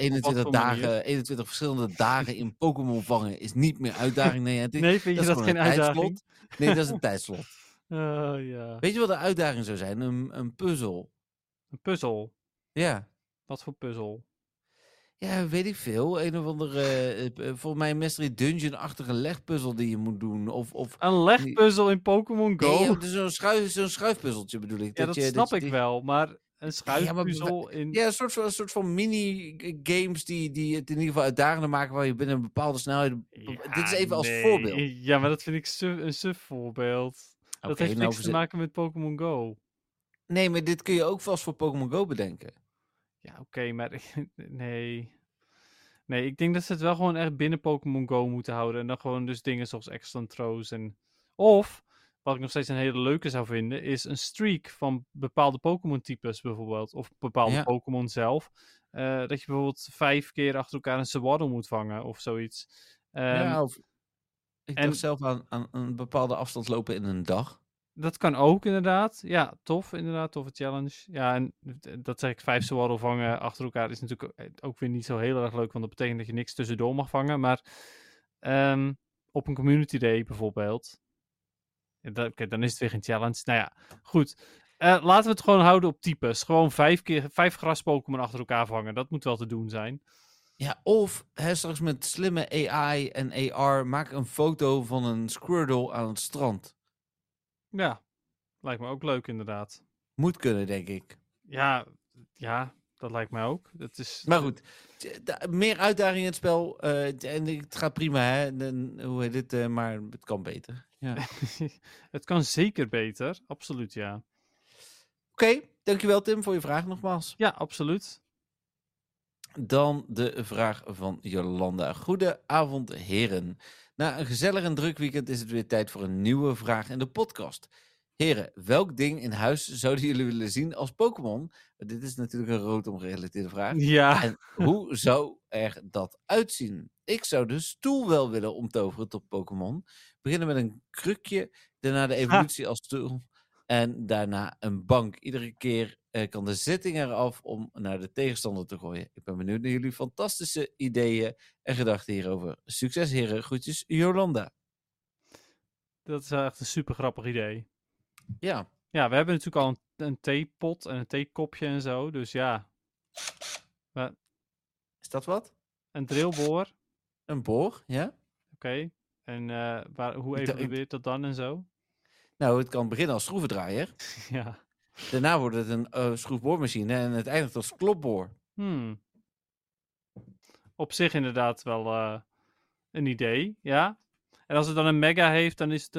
21 verschillende dagen in Pokémon vangen is niet meer uitdaging. Nee, vind je dat geen uitdaging? Nee, dat is een tijdslot. Ja. Weet je wat de uitdaging zou zijn? Een puzzel. Een puzzel? Ja. Wat voor puzzel? Ja, weet ik veel. Een of andere, volgens mij een Mystery Dungeon-achtige legpuzzel die je moet doen. Of een legpuzzel in Pokémon Go? Nee, zo'n schuifpuzzeltje bedoel ik. Ja, dat snap ik wel, maar een schuifpuzzel in... Ja, een soort van mini-games die het in ieder geval uitdagender maken waar je binnen een bepaalde snelheid... Ja, dit is even als voorbeeld. Ja, maar dat vind ik een suf voorbeeld. Dat heeft niks te maken met Pokémon Go. Nee, maar dit kun je ook vast voor Pokémon Go bedenken. Ja, oké, maar nee. Nee, ik denk dat ze het wel gewoon echt binnen Pokémon Go moeten houden. En dan gewoon dus dingen zoals Extant Throws en... Of, wat ik nog steeds een hele leuke zou vinden, is een streak van bepaalde Pokémon-types bijvoorbeeld. Of bepaalde Pokémon zelf. Dat je bijvoorbeeld 5 keer achter elkaar een Sewaddle moet vangen of zoiets. Of ik dacht zelf aan een bepaalde afstand lopen in een dag. Dat kan ook inderdaad. Ja, tof inderdaad. Toffe challenge. Ja, en dat zeg ik, 5 Sewaddle vangen achter elkaar is natuurlijk ook weer niet zo heel erg leuk. Want dat betekent dat je niks tussendoor mag vangen. Maar op een community day bijvoorbeeld. Oké, dan is het weer geen challenge. Nou ja, goed. Laten we het gewoon houden op types. Gewoon 5 gras-Pokémon achter elkaar vangen. Dat moet wel te doen zijn. Ja, of straks met slimme AI en AR maak een foto van een Squirtle aan het strand. Ja, lijkt me ook leuk inderdaad. Moet kunnen, denk ik. Ja, dat lijkt mij ook. Dat is, Maar goed, meer uitdaging in het spel. En het gaat prima, hè. Hoe heet het? Maar het kan beter. Ja. het kan zeker beter, absoluut ja. Oké, dankjewel Tim voor je vraag nogmaals. Ja, absoluut. Dan de vraag van Jolanda. Goedenavond, heren. Na een gezellig en druk weekend is het weer tijd voor een nieuwe vraag in de podcast. Heren, welk ding in huis zouden jullie willen zien als Pokémon? Dit is natuurlijk een Rotom-gerelateerde vraag. Ja, En hoe zou er dat uitzien? Ik zou de stoel wel willen omtoveren tot Pokémon. Beginnen met een krukje, daarna de evolutie als stoel en daarna een bank. Iedere keer kan de zitting eraf om naar de tegenstander te gooien. Ik ben benieuwd naar jullie fantastische ideeën en gedachten hierover. Succes heren, groetjes Jolanda. dat is echt een super grappig idee. Ja, Ja, we hebben natuurlijk al een theepot en een theekopje en zo. Dus ja, is dat wat? een drillboor. Een boor, ja? Oké. En hoe Ik- evolueert dat dan en zo? Nou, het kan beginnen als schroevendraaier. Ja. Daarna wordt het een schroefboormachine en het eindigt als klopboor. Op zich inderdaad wel een idee, ja. En als het dan een mega heeft, dan is het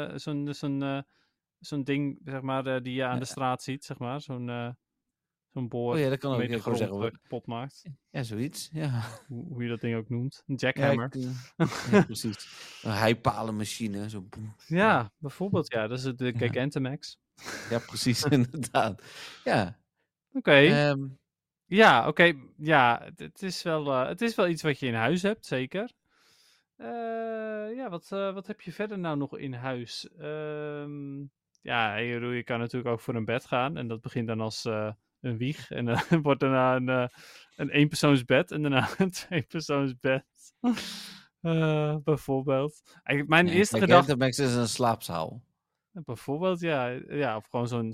zo'n ding, zeg maar, die je aan de straat ziet, zeg maar. Zo'n boor Oh ja, dat kan ook. waarmee Ja, de ik wou grond zeggen, kapot maakt. ja, zoiets. Ja, Hoe je dat ding ook noemt. Een ja, jackhammer. ja precies. Een heipalenmachine. Zo boem. Ja, bijvoorbeeld, ja. Dat is de Gigantamax. Ja, precies, inderdaad. Ja. Oké. Ja, oké. Ja, het is wel iets wat je in huis hebt, zeker. Ja, wat heb je verder nou nog in huis? Ja, je kan natuurlijk ook voor een bed gaan. En dat begint dan als een wieg. En dan wordt daarna een eenpersoonsbed. En daarna een tweepersoonsbed. Bijvoorbeeld. Eigenlijk mijn eerste gedachte... Gigantamax is een slaapzaal. Bijvoorbeeld, ja. Ja, of gewoon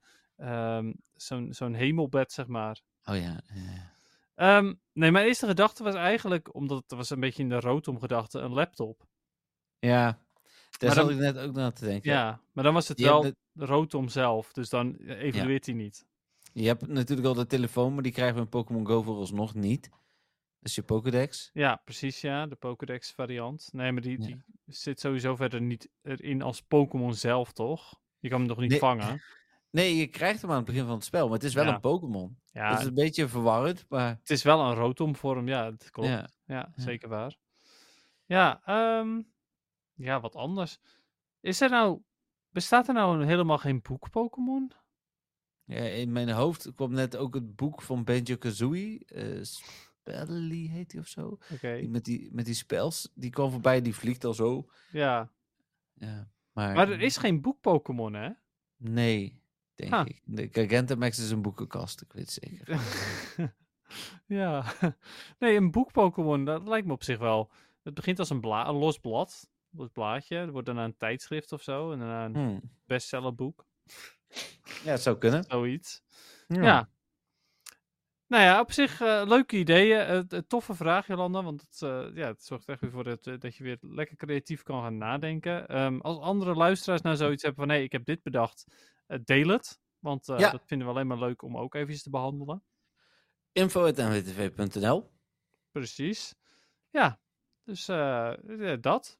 zo'n hemelbed, zeg maar. Oh ja. Nee, mijn eerste gedachte was eigenlijk, omdat het was een beetje in de Rotom gedachte, een laptop. Ja, daar Maar zat dan- ik net ook naar te denken. Ja, maar dan was het Je wel hebt Rotom zelf, dus dan evolueert hij niet. Je hebt natuurlijk al de telefoon, maar die krijgen we in Pokémon Go vooralsnog niet. Dat is je Pokédex. Ja, precies, ja, de Pokédex variant. Nee, maar Ja. die zit sowieso verder niet erin als Pokémon zelf, toch? Je kan hem nog niet Nee. vangen. Nee, je krijgt hem aan het begin van het spel, maar het is wel Ja. een Pokémon. Ja, Dat is een beetje verwarrend, maar het is wel een Rotom vorm, ja, dat klopt. ja. Ja, zeker waar. Ja, ja, wat anders. Bestaat er nou helemaal geen boek Pokémon? Ja, in mijn hoofd kwam net ook het boek van Banjo-Kazooie. Spelly heet die of zo. Oké, Die met die spels. Die kwam voorbij, die vliegt al zo. ja. Ja, maar Maar er is geen boek Pokémon, hè? nee, denk Ha. ik. De Gigantamax is een boekenkast, ik weet het zeker. Ja. Nee, een boek Pokémon, dat lijkt me op zich wel. Het begint als een los blad. Los blaadje. Er wordt daarna een tijdschrift of zo. En daarna een bestsellerboek. Ja, het zou kunnen. Zoiets. Ja. Nou ja, op zich leuke ideeën. Toffe vraag, Jolanda. Want het zorgt echt weer voor dat je weer lekker creatief kan gaan nadenken. Als andere luisteraars nou zoiets hebben van... Hé, ik heb dit bedacht. Deel het. Want dat vinden we alleen maar leuk om ook even te behandelen. info@nwtv.nl. Precies. Ja. Dus dat.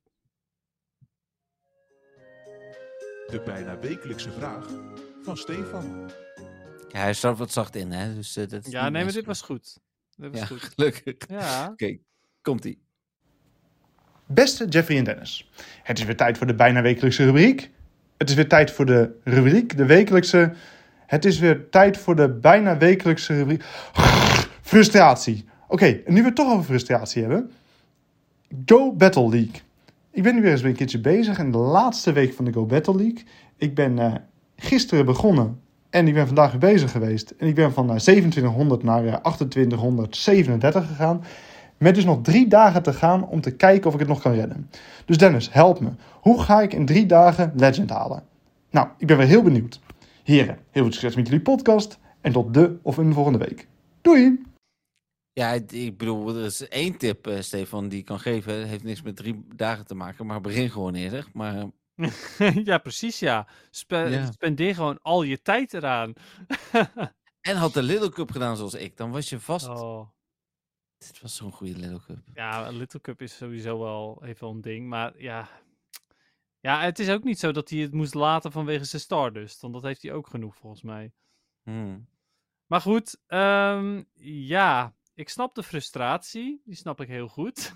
De bijna wekelijkse vraag van Stefan. Ja, hij staat wat zacht in, hè? Dus, dat is Ja, niet nee, maar best dit was goed. Dit was Ja, goed. gelukkig. Ja. Oké, komt-ie. Beste Jeffrey en Dennis, het is weer tijd voor de bijna wekelijkse rubriek. Het is weer tijd voor de rubriek, de wekelijkse. Het is weer tijd voor de bijna wekelijkse rubriek. Frustratie. Oké, en nu we het toch over frustratie hebben. Go Battle League. Ik ben nu weer eens een keertje bezig in de laatste week van de Go Battle League. Ik ben gisteren begonnen en ik ben vandaag weer bezig geweest. En ik ben van 2700 naar 2837 gegaan. Met dus nog 3 dagen te gaan om te kijken of ik het nog kan redden. Dus Dennis, help me. Hoe ga ik in 3 dagen Legend halen? Nou, ik ben weer heel benieuwd. Heren, heel veel succes met jullie podcast. En tot de of een volgende week. Doei! Ja, ik bedoel, er is 1 tip, Stefan, die ik kan geven. Het heeft niks met 3 dagen te maken, maar begin gewoon eerder. Maar Ja, precies, ja. Ja. Spendeer gewoon al je tijd eraan. En had de Little Cup gedaan zoals ik, dan was je vast... Oh. Dit was zo'n goede Little Cup. Ja, een Little Cup is sowieso wel even een ding. Maar ja... Ja, het is ook niet zo dat hij het moest laten vanwege zijn Stardust. Want dat heeft hij ook genoeg, volgens mij. Maar goed, ja... Ik snap de frustratie. Die snap ik heel goed.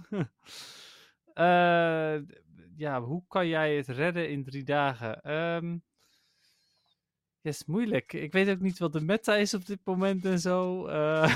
Ja, hoe kan jij het redden in 3 dagen? Ja, is moeilijk. Ik weet ook niet wat de meta is op dit moment en zo.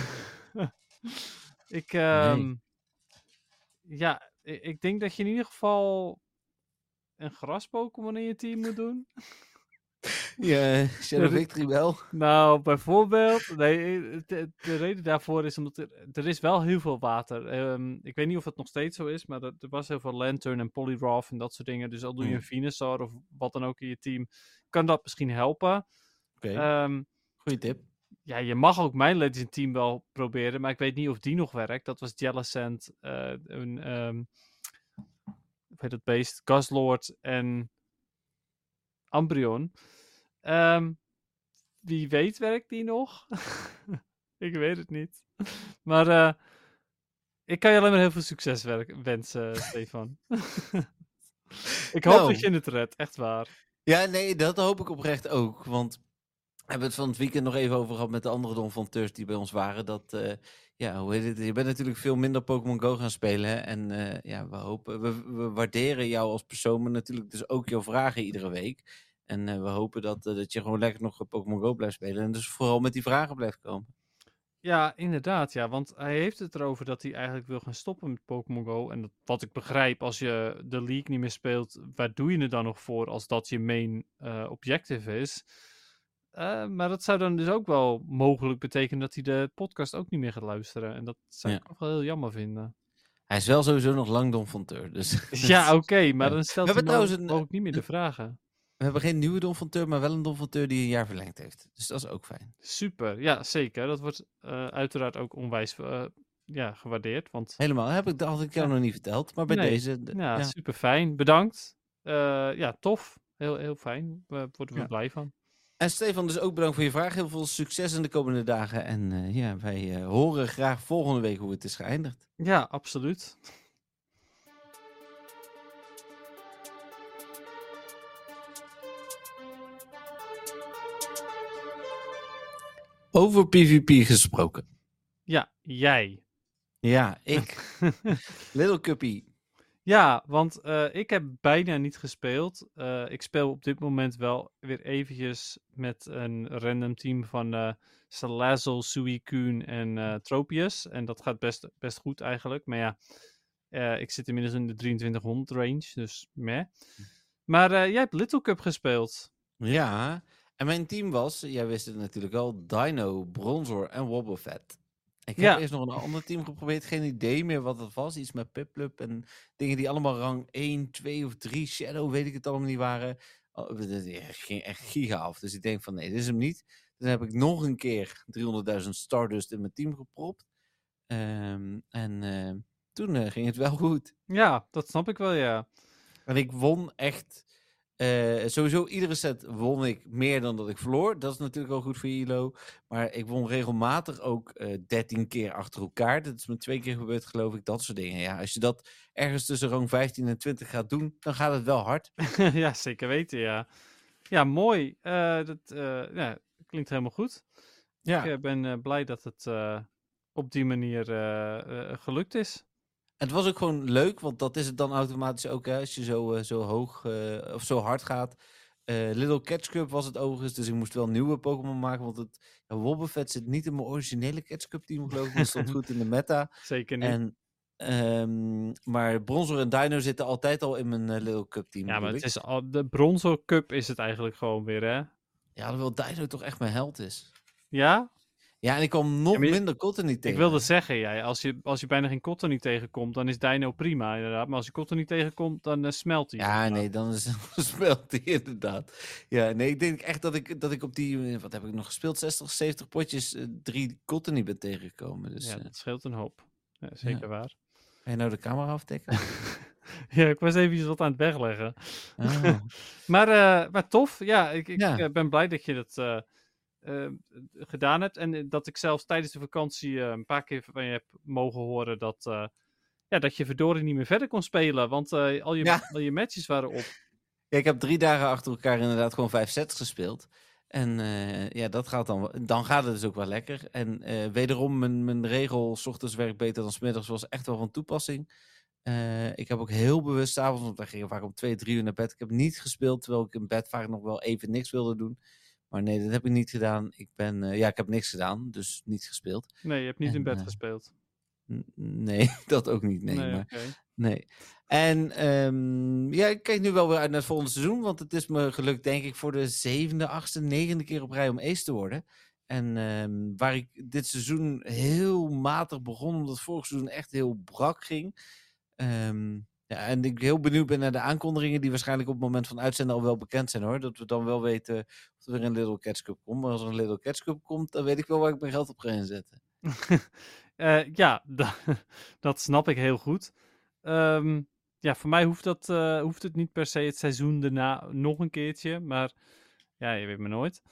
Ja, ik denk dat je in ieder geval een gras-Pokémon in je team moet doen. Ja, Shadow Victory wel. Nou, bijvoorbeeld. Nee, de reden daarvoor is omdat er is wel heel veel water. Ik weet niet of het nog steeds zo is, maar er was heel veel Lantern en Poliwrath en dat soort dingen. Dus al doe je een Venusaur of wat dan ook in je team, kan dat misschien helpen. Oké. Goeie tip. Ja, je mag ook mijn Legend team wel proberen, maar ik weet niet of die nog werkt. Dat was Jellicent, hoe heet dat beest? Guzzlord en Umbreon. Wie weet werkt die nog? Ik weet het niet. Maar ik kan je alleen maar heel veel succes wensen, Stefan. Ik hoop dat je het redt, echt waar. Ja, nee, dat hoop ik oprecht ook. Want we hebben het van het weekend nog even over gehad met de andere Don van Teurs die bij ons waren. Dat, hoe heet het? Je bent natuurlijk veel minder Pokémon Go gaan spelen. Hè? En ja, we waarderen jou als persoon, maar natuurlijk dus ook jouw vragen iedere week. En we hopen dat je gewoon lekker nog Pokémon Go blijft spelen. En dus vooral met die vragen blijft komen. Ja, inderdaad, ja. Want hij heeft het erover dat hij eigenlijk wil gaan stoppen met Pokémon Go. En wat ik begrijp, als je de League niet meer speelt, waar doe je het dan nog voor als dat je main objective is? Maar dat zou dan dus ook wel mogelijk betekenen dat hij de podcast ook niet meer gaat luisteren. En dat zou ik toch wel heel jammer vinden. Hij is wel sowieso nog lang Don van Teur. Dus... Ja, oké, maar dan stelt hij nou ook niet meer de vragen. We hebben geen nieuwe Don van Teur, maar wel een Don van Teur die een jaar verlengd heeft. Dus dat is ook fijn. Super, ja, zeker. Dat wordt uiteraard ook onwijs gewaardeerd. Want... Helemaal, had ik jou nog niet verteld. Maar bij deze... Ja, super fijn. Bedankt. Ja, tof. Heel, heel fijn. Daar worden we blij van. En Stefan, dus ook bedankt voor je vraag. Heel veel succes in de komende dagen. En wij horen graag volgende week hoe het is geëindigd. Ja, absoluut. Over PvP gesproken. Ja, jij. Ja, ik. Little Cuppy. Ja, want ik heb bijna niet gespeeld. Ik speel op dit moment wel weer eventjes met een random team van Salazzle, Suicune en Tropius. En dat gaat best goed eigenlijk. Maar ja, ik zit inmiddels in de 2300 range, dus meh. Maar jij hebt Little Cup gespeeld. Ja, en mijn team was, jij wist het natuurlijk al, Dino, Bronzor en Wobbuffet. Ik heb eerst nog een ander team geprobeerd, geen idee meer wat het was. Iets met Piplup en dingen die allemaal rang 1, 2 of 3, Shadow, weet ik het allemaal niet waren. Het ging echt giga af, dus ik denk van nee, dit is hem niet. Dan heb ik nog een keer 300.000 Stardust in mijn team gepropt. Toen ging het wel goed. Ja, dat snap ik wel, ja. En ik won echt... sowieso, iedere set won ik meer dan dat ik verloor. Dat is natuurlijk al goed voor Elo. Maar ik won regelmatig ook 13 keer achter elkaar. Dat is me 2 keer gebeurd, geloof ik. Dat soort dingen. Ja, als je dat ergens tussen rang 15 en 20 gaat doen, dan gaat het wel hard. Ja, zeker weten, ja. Ja, mooi. Dat klinkt helemaal goed. Ja. Ik ben blij dat het op die manier gelukt is. Het was ook gewoon leuk, want dat is het dan automatisch ook, hè, als je zo hoog of zo hard gaat. Little Catch Cup was het overigens, dus ik moest wel nieuwe Pokémon maken, want het Wobbuffet zit niet in mijn originele Catch Cup team, geloof ik. Dat stond goed in de meta. Zeker niet. Maar Bronzor en Dino zitten altijd al in mijn Little Cup team. Ja, maar het is de Bronzor Cup is het eigenlijk gewoon weer, hè? Ja, alhoewel Dino toch echt mijn held is. Ja? Ja, en ik kwam nog minder Cottony tegen. Ik wilde zeggen, ja, als je bijna geen Cottony tegenkomt, dan is Dino prima, inderdaad. Maar als je Cottony tegenkomt, dan smelt hij. Ja, nee, dan smelt hij inderdaad. Ja, nee, ik denk echt dat ik op die, wat heb ik nog gespeeld, 60, 70 potjes 3 Cottony ben tegengekomen. Dus, ja, dat scheelt een hoop. Ja, zeker waar. Ga je nou de camera afdekken? Ja, ik was even wat aan het wegleggen. Oh. maar tof, ja, ik ben blij dat je dat gedaan hebt. En dat ik zelfs tijdens de vakantie een paar keer van je heb mogen horen dat je verdorie niet meer verder kon spelen. Want al je matches waren op. Ja, ik heb 3 dagen achter elkaar inderdaad gewoon 5 sets gespeeld. En dat gaat dan gaat het dus ook wel lekker. En wederom, mijn regel, 's ochtends werkt beter dan 's middags, was echt wel van toepassing. Ik heb ook heel bewust 's avonds, want wij gingen vaak om 2, 3 uur naar bed. Ik heb niet gespeeld, terwijl ik in bed vaak nog wel even niks wilde doen. Maar nee, dat heb ik niet gedaan. Ik heb niks gedaan, dus niet gespeeld. Nee, je hebt niet En, in bed gespeeld. Nee, dat ook niet. Nee. Oké. Nee. En ik kijk nu wel weer uit naar het volgende seizoen. Want het is me gelukt, denk ik, voor de 7e, 8e, 9e keer op rij om ace te worden. En waar ik dit seizoen heel matig begon, omdat het vorig seizoen echt heel brak ging. En ik heel benieuwd ben naar de aankondigingen die waarschijnlijk op het moment van uitzenden al wel bekend zijn, hoor. Dat we dan wel weten of er weer een Little Cats Cup komt. Maar als er een Little Cats Cup komt, dan weet ik wel waar ik mijn geld op ga inzetten. Dat snap ik heel goed. Voor mij hoeft het niet per se het seizoen daarna nog een keertje. Maar ja, je weet maar nooit.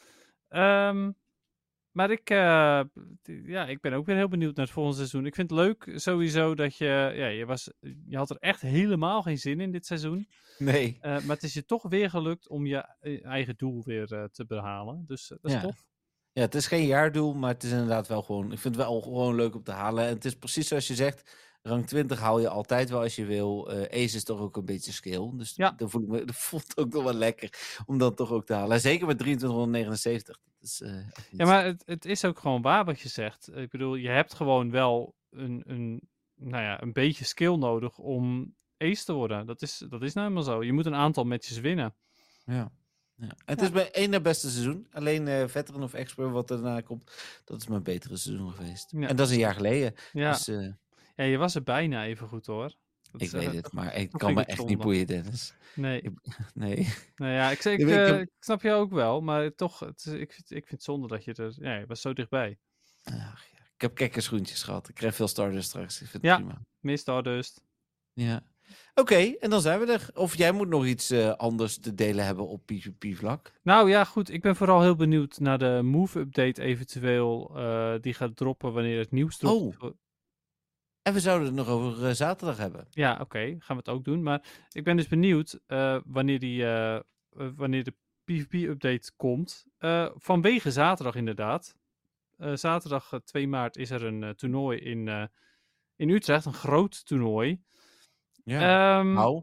Maar ik ben ook weer heel benieuwd naar het volgende seizoen. Ik vind het leuk sowieso dat je had er echt helemaal geen zin in dit seizoen. Nee. Maar het is je toch weer gelukt om je eigen doel weer te behalen. Dus dat is tof. Ja, het is geen jaardoel, maar het is inderdaad wel gewoon... Ik vind het wel gewoon leuk om te halen. En het is precies zoals je zegt, rang 20 haal je altijd wel als je wil. Ace is toch ook een beetje skill. Dus Ja. dat voelt het ook nog wel lekker om dat toch ook te halen. Zeker met 2379. Dat is, ja, maar het is ook gewoon waar wat je zegt. Ik bedoel, je hebt gewoon wel een beetje skill nodig om ace te worden. Dat is nou helemaal zo. Je moet een aantal matches winnen. Ja. Het is mijn ene beste seizoen. Alleen Veteran of Expert, wat daarna komt, dat is mijn betere seizoen geweest. Ja. En dat is een jaar geleden. Ja. Dus, Ja, je was er bijna even goed, hoor. ik weet het, maar ik dat kan vind me ik echt zonde. niet boeien, Dennis. Nee. Nee. Nou ja, ik heb- snap je ook wel, maar toch, ik vind het zonde dat je er... Ja, je was zo dichtbij. Ach, ja. Ik heb kekkerschoentjes gehad. Ik krijg veel Stardust straks. Ik vind het Ja. prima. Meer Stardust. Ja. Oké, en dan zijn we er. Of jij moet nog iets anders te delen hebben op PvP-vlak? Nou ja, goed. Ik ben vooral heel benieuwd naar de Move-update eventueel. Die gaat droppen wanneer het nieuws dropt. Oh. En we zouden het nog over zaterdag hebben. Ja, oké. Gaan we het ook doen. Maar ik ben dus benieuwd wanneer de PvP-update komt. Vanwege zaterdag inderdaad. Zaterdag 2 maart is er een toernooi in Utrecht. Een groot toernooi. Ja. En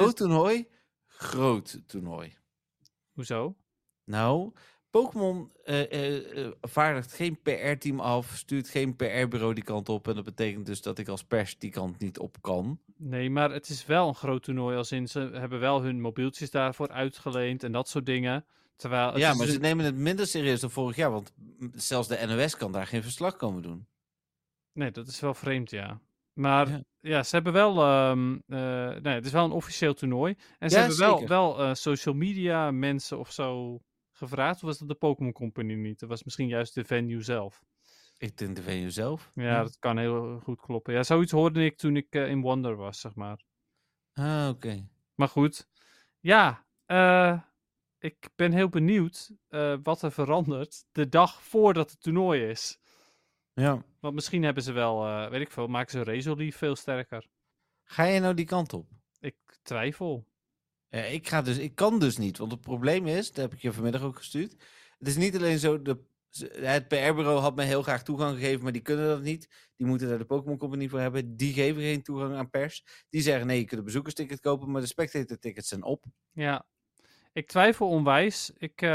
Groot toernooi. Hoezo? Nou, Pokémon vaardigt geen PR-team af, stuurt geen PR-bureau die kant op. En dat betekent dus dat ik als pers die kant niet op kan. Nee, maar het is wel een groot toernooi. Als in, ze hebben wel hun mobieltjes daarvoor uitgeleend en dat soort dingen. Terwijl het Ja, is maar dus ze nemen het minder serieus dan vorig jaar. Want zelfs de NOS kan daar geen verslag komen doen. Nee, dat is wel vreemd, ja. Maar Ja. ja, ze hebben wel... het is wel een officieel toernooi. En ze Ja, hebben zeker. wel social media mensen of zo gevraagd. Of was dat de Pokémon Company niet? Dat was misschien juist de venue zelf. Ik denk de venue zelf. Ja, dat kan heel goed kloppen. Ja, zoiets hoorde ik toen ik in Wonder was, zeg maar. Ah, oké. Maar goed. Ja, ik ben heel benieuwd wat er verandert de dag voordat het toernooi is. Ja. Want misschien hebben ze wel, weet ik veel, maken ze Razorleaf veel sterker. Ga je nou die kant op? Ik twijfel. Ja, ik kan dus niet. Want het probleem is, dat heb ik je vanmiddag ook gestuurd. Het is niet alleen zo, het PR-bureau had mij heel graag toegang gegeven, maar die kunnen dat niet. Die moeten daar de Pokémon Company voor hebben. Die geven geen toegang aan pers. Die zeggen, nee, je kunt een bezoekersticket kopen, maar de spectator tickets zijn op. Ja, ik twijfel onwijs.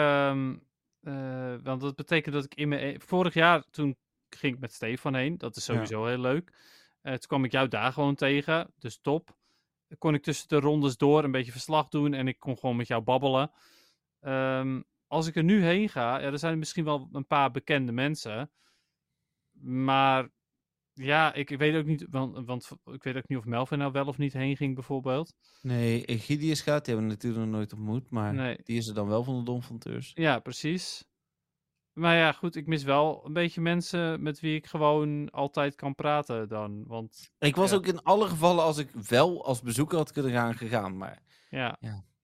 Want dat betekent dat ik vorig jaar, toen ging ik met Stefan heen. Dat is sowieso heel leuk. Toen kwam ik jou daar gewoon tegen, dus top. Dan kon ik tussen de rondes door een beetje verslag doen en ik kon gewoon met jou babbelen. Als ik er nu heen ga, ja, er zijn misschien wel een paar bekende mensen. Maar ja, ik weet ook niet, want ik weet ook niet of Melvin nou wel of niet heen ging bijvoorbeeld. Nee, Egidius gaat, die hebben we natuurlijk nog nooit ontmoet, maar Nee. die is er dan wel van de Donfanteurs. Ja, precies. Maar ja, goed, ik mis wel een beetje mensen met wie ik gewoon altijd kan praten dan. Want Ik was ja. ook in alle gevallen, als ik wel als bezoeker had kunnen gaan, gegaan, maar... Ja. Ja.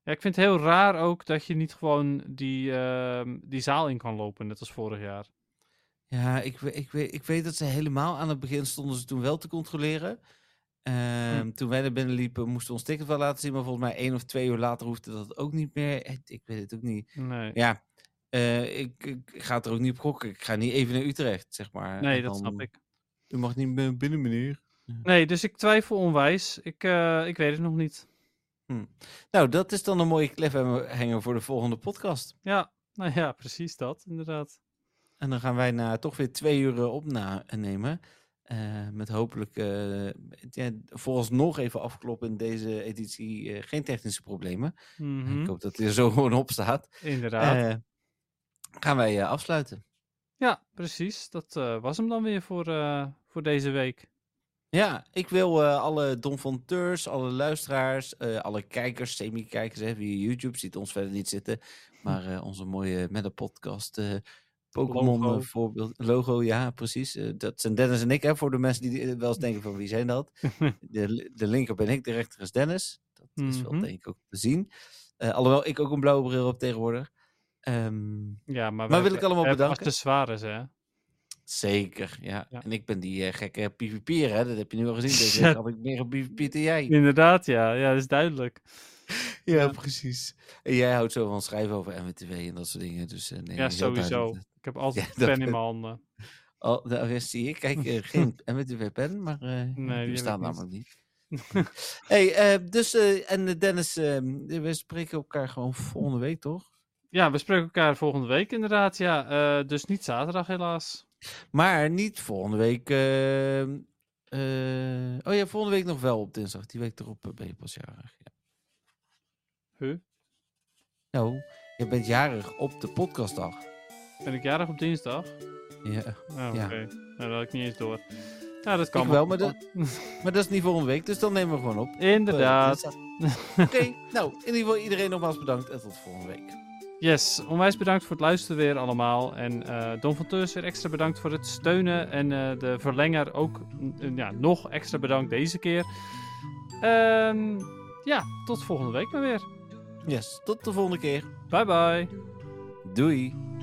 Ja, ik vind het heel raar ook dat je niet gewoon die zaal in kan lopen, net als vorig jaar. Ja, ik weet dat ze helemaal aan het begin stonden ze toen wel te controleren. Toen wij naar binnen liepen, moesten we ons ticket wel laten zien. Maar volgens mij 1 of 2 uur later hoefde dat ook niet meer. Ik weet het ook niet. Nee, Ja, ik ga het er ook niet op gokken. Ik ga niet even naar Utrecht, zeg maar. nee En dat dan, snap ik. U mag niet meer binnen, meneer. Nee, dus ik twijfel onwijs. Ik weet het nog niet. Nou, dat is dan een mooie cliffhanger voor de volgende podcast. Ja, nou ja, precies dat, inderdaad. En dan gaan wij na toch weer 2 uur opnemen. Met hopelijk vooralsnog even afkloppen in deze editie geen technische problemen. Mhm, Ik hoop dat hij er zo gewoon op staat. inderdaad. Gaan wij afsluiten. Ja, precies. Dat was hem dan weer voor deze week. Ja, ik wil alle donfonteurs, alle luisteraars, alle kijkers, semi-kijkers, via YouTube, ziet ons verder niet zitten. Maar onze mooie Meta podcast Pokémon Logo. voorbeeld, logo, ja, precies. Dat zijn Dennis en ik, hè, voor de mensen die wel eens denken van wie zijn dat. De linker ben ik, de rechter is Dennis. Dat is wel Mhm. denk ik ook te zien. Alhoewel ik ook een blauwe bril heb tegenwoordig. Ja, Maar wil ik allemaal bedanken. accessoires, hè? Zeker, ja. Ja. En ik ben die gekke PvP'er, hè. Dat heb je nu al gezien. Deze Ja. week had ik meer een PvP dan jij. Inderdaad, ja. Ja, dat is duidelijk. Ja, precies. En jij houdt zo van schrijven over MWTW en dat soort dingen. Dus nee, Ja, heel sowieso. duidelijk. Ik heb altijd Ja, een pen dat- in mijn handen. Daar zie je. Kijk, geen MWTW-pen, maar die die heb bestaat ik namelijk niet. Hey, en Dennis, we spreken elkaar gewoon volgende week, toch? Ja, we spreken elkaar volgende week inderdaad. Ja, dus niet zaterdag helaas. Maar niet volgende week. Oh ja, volgende week nog wel op dinsdag. Die week erop ben je pas jarig. Ja. Huh? Nou, je bent jarig op de podcastdag. Ben ik jarig op dinsdag? Ja. Oh, Ja. oké. Nou, dat had ik niet eens door. Ja, dat kan Ik wel, maar Maar dat is niet volgende week, dus dan nemen we gewoon op. Inderdaad. Oké, nou, in ieder geval iedereen nogmaals bedankt en tot volgende week. Yes, onwijs bedankt voor het luisteren weer allemaal. En Don van Teurs weer extra bedankt voor het steunen. En de verlenger ook nog extra bedankt deze keer. Ja, tot volgende week maar weer. Yes, tot de volgende keer. Bye bye. Doei.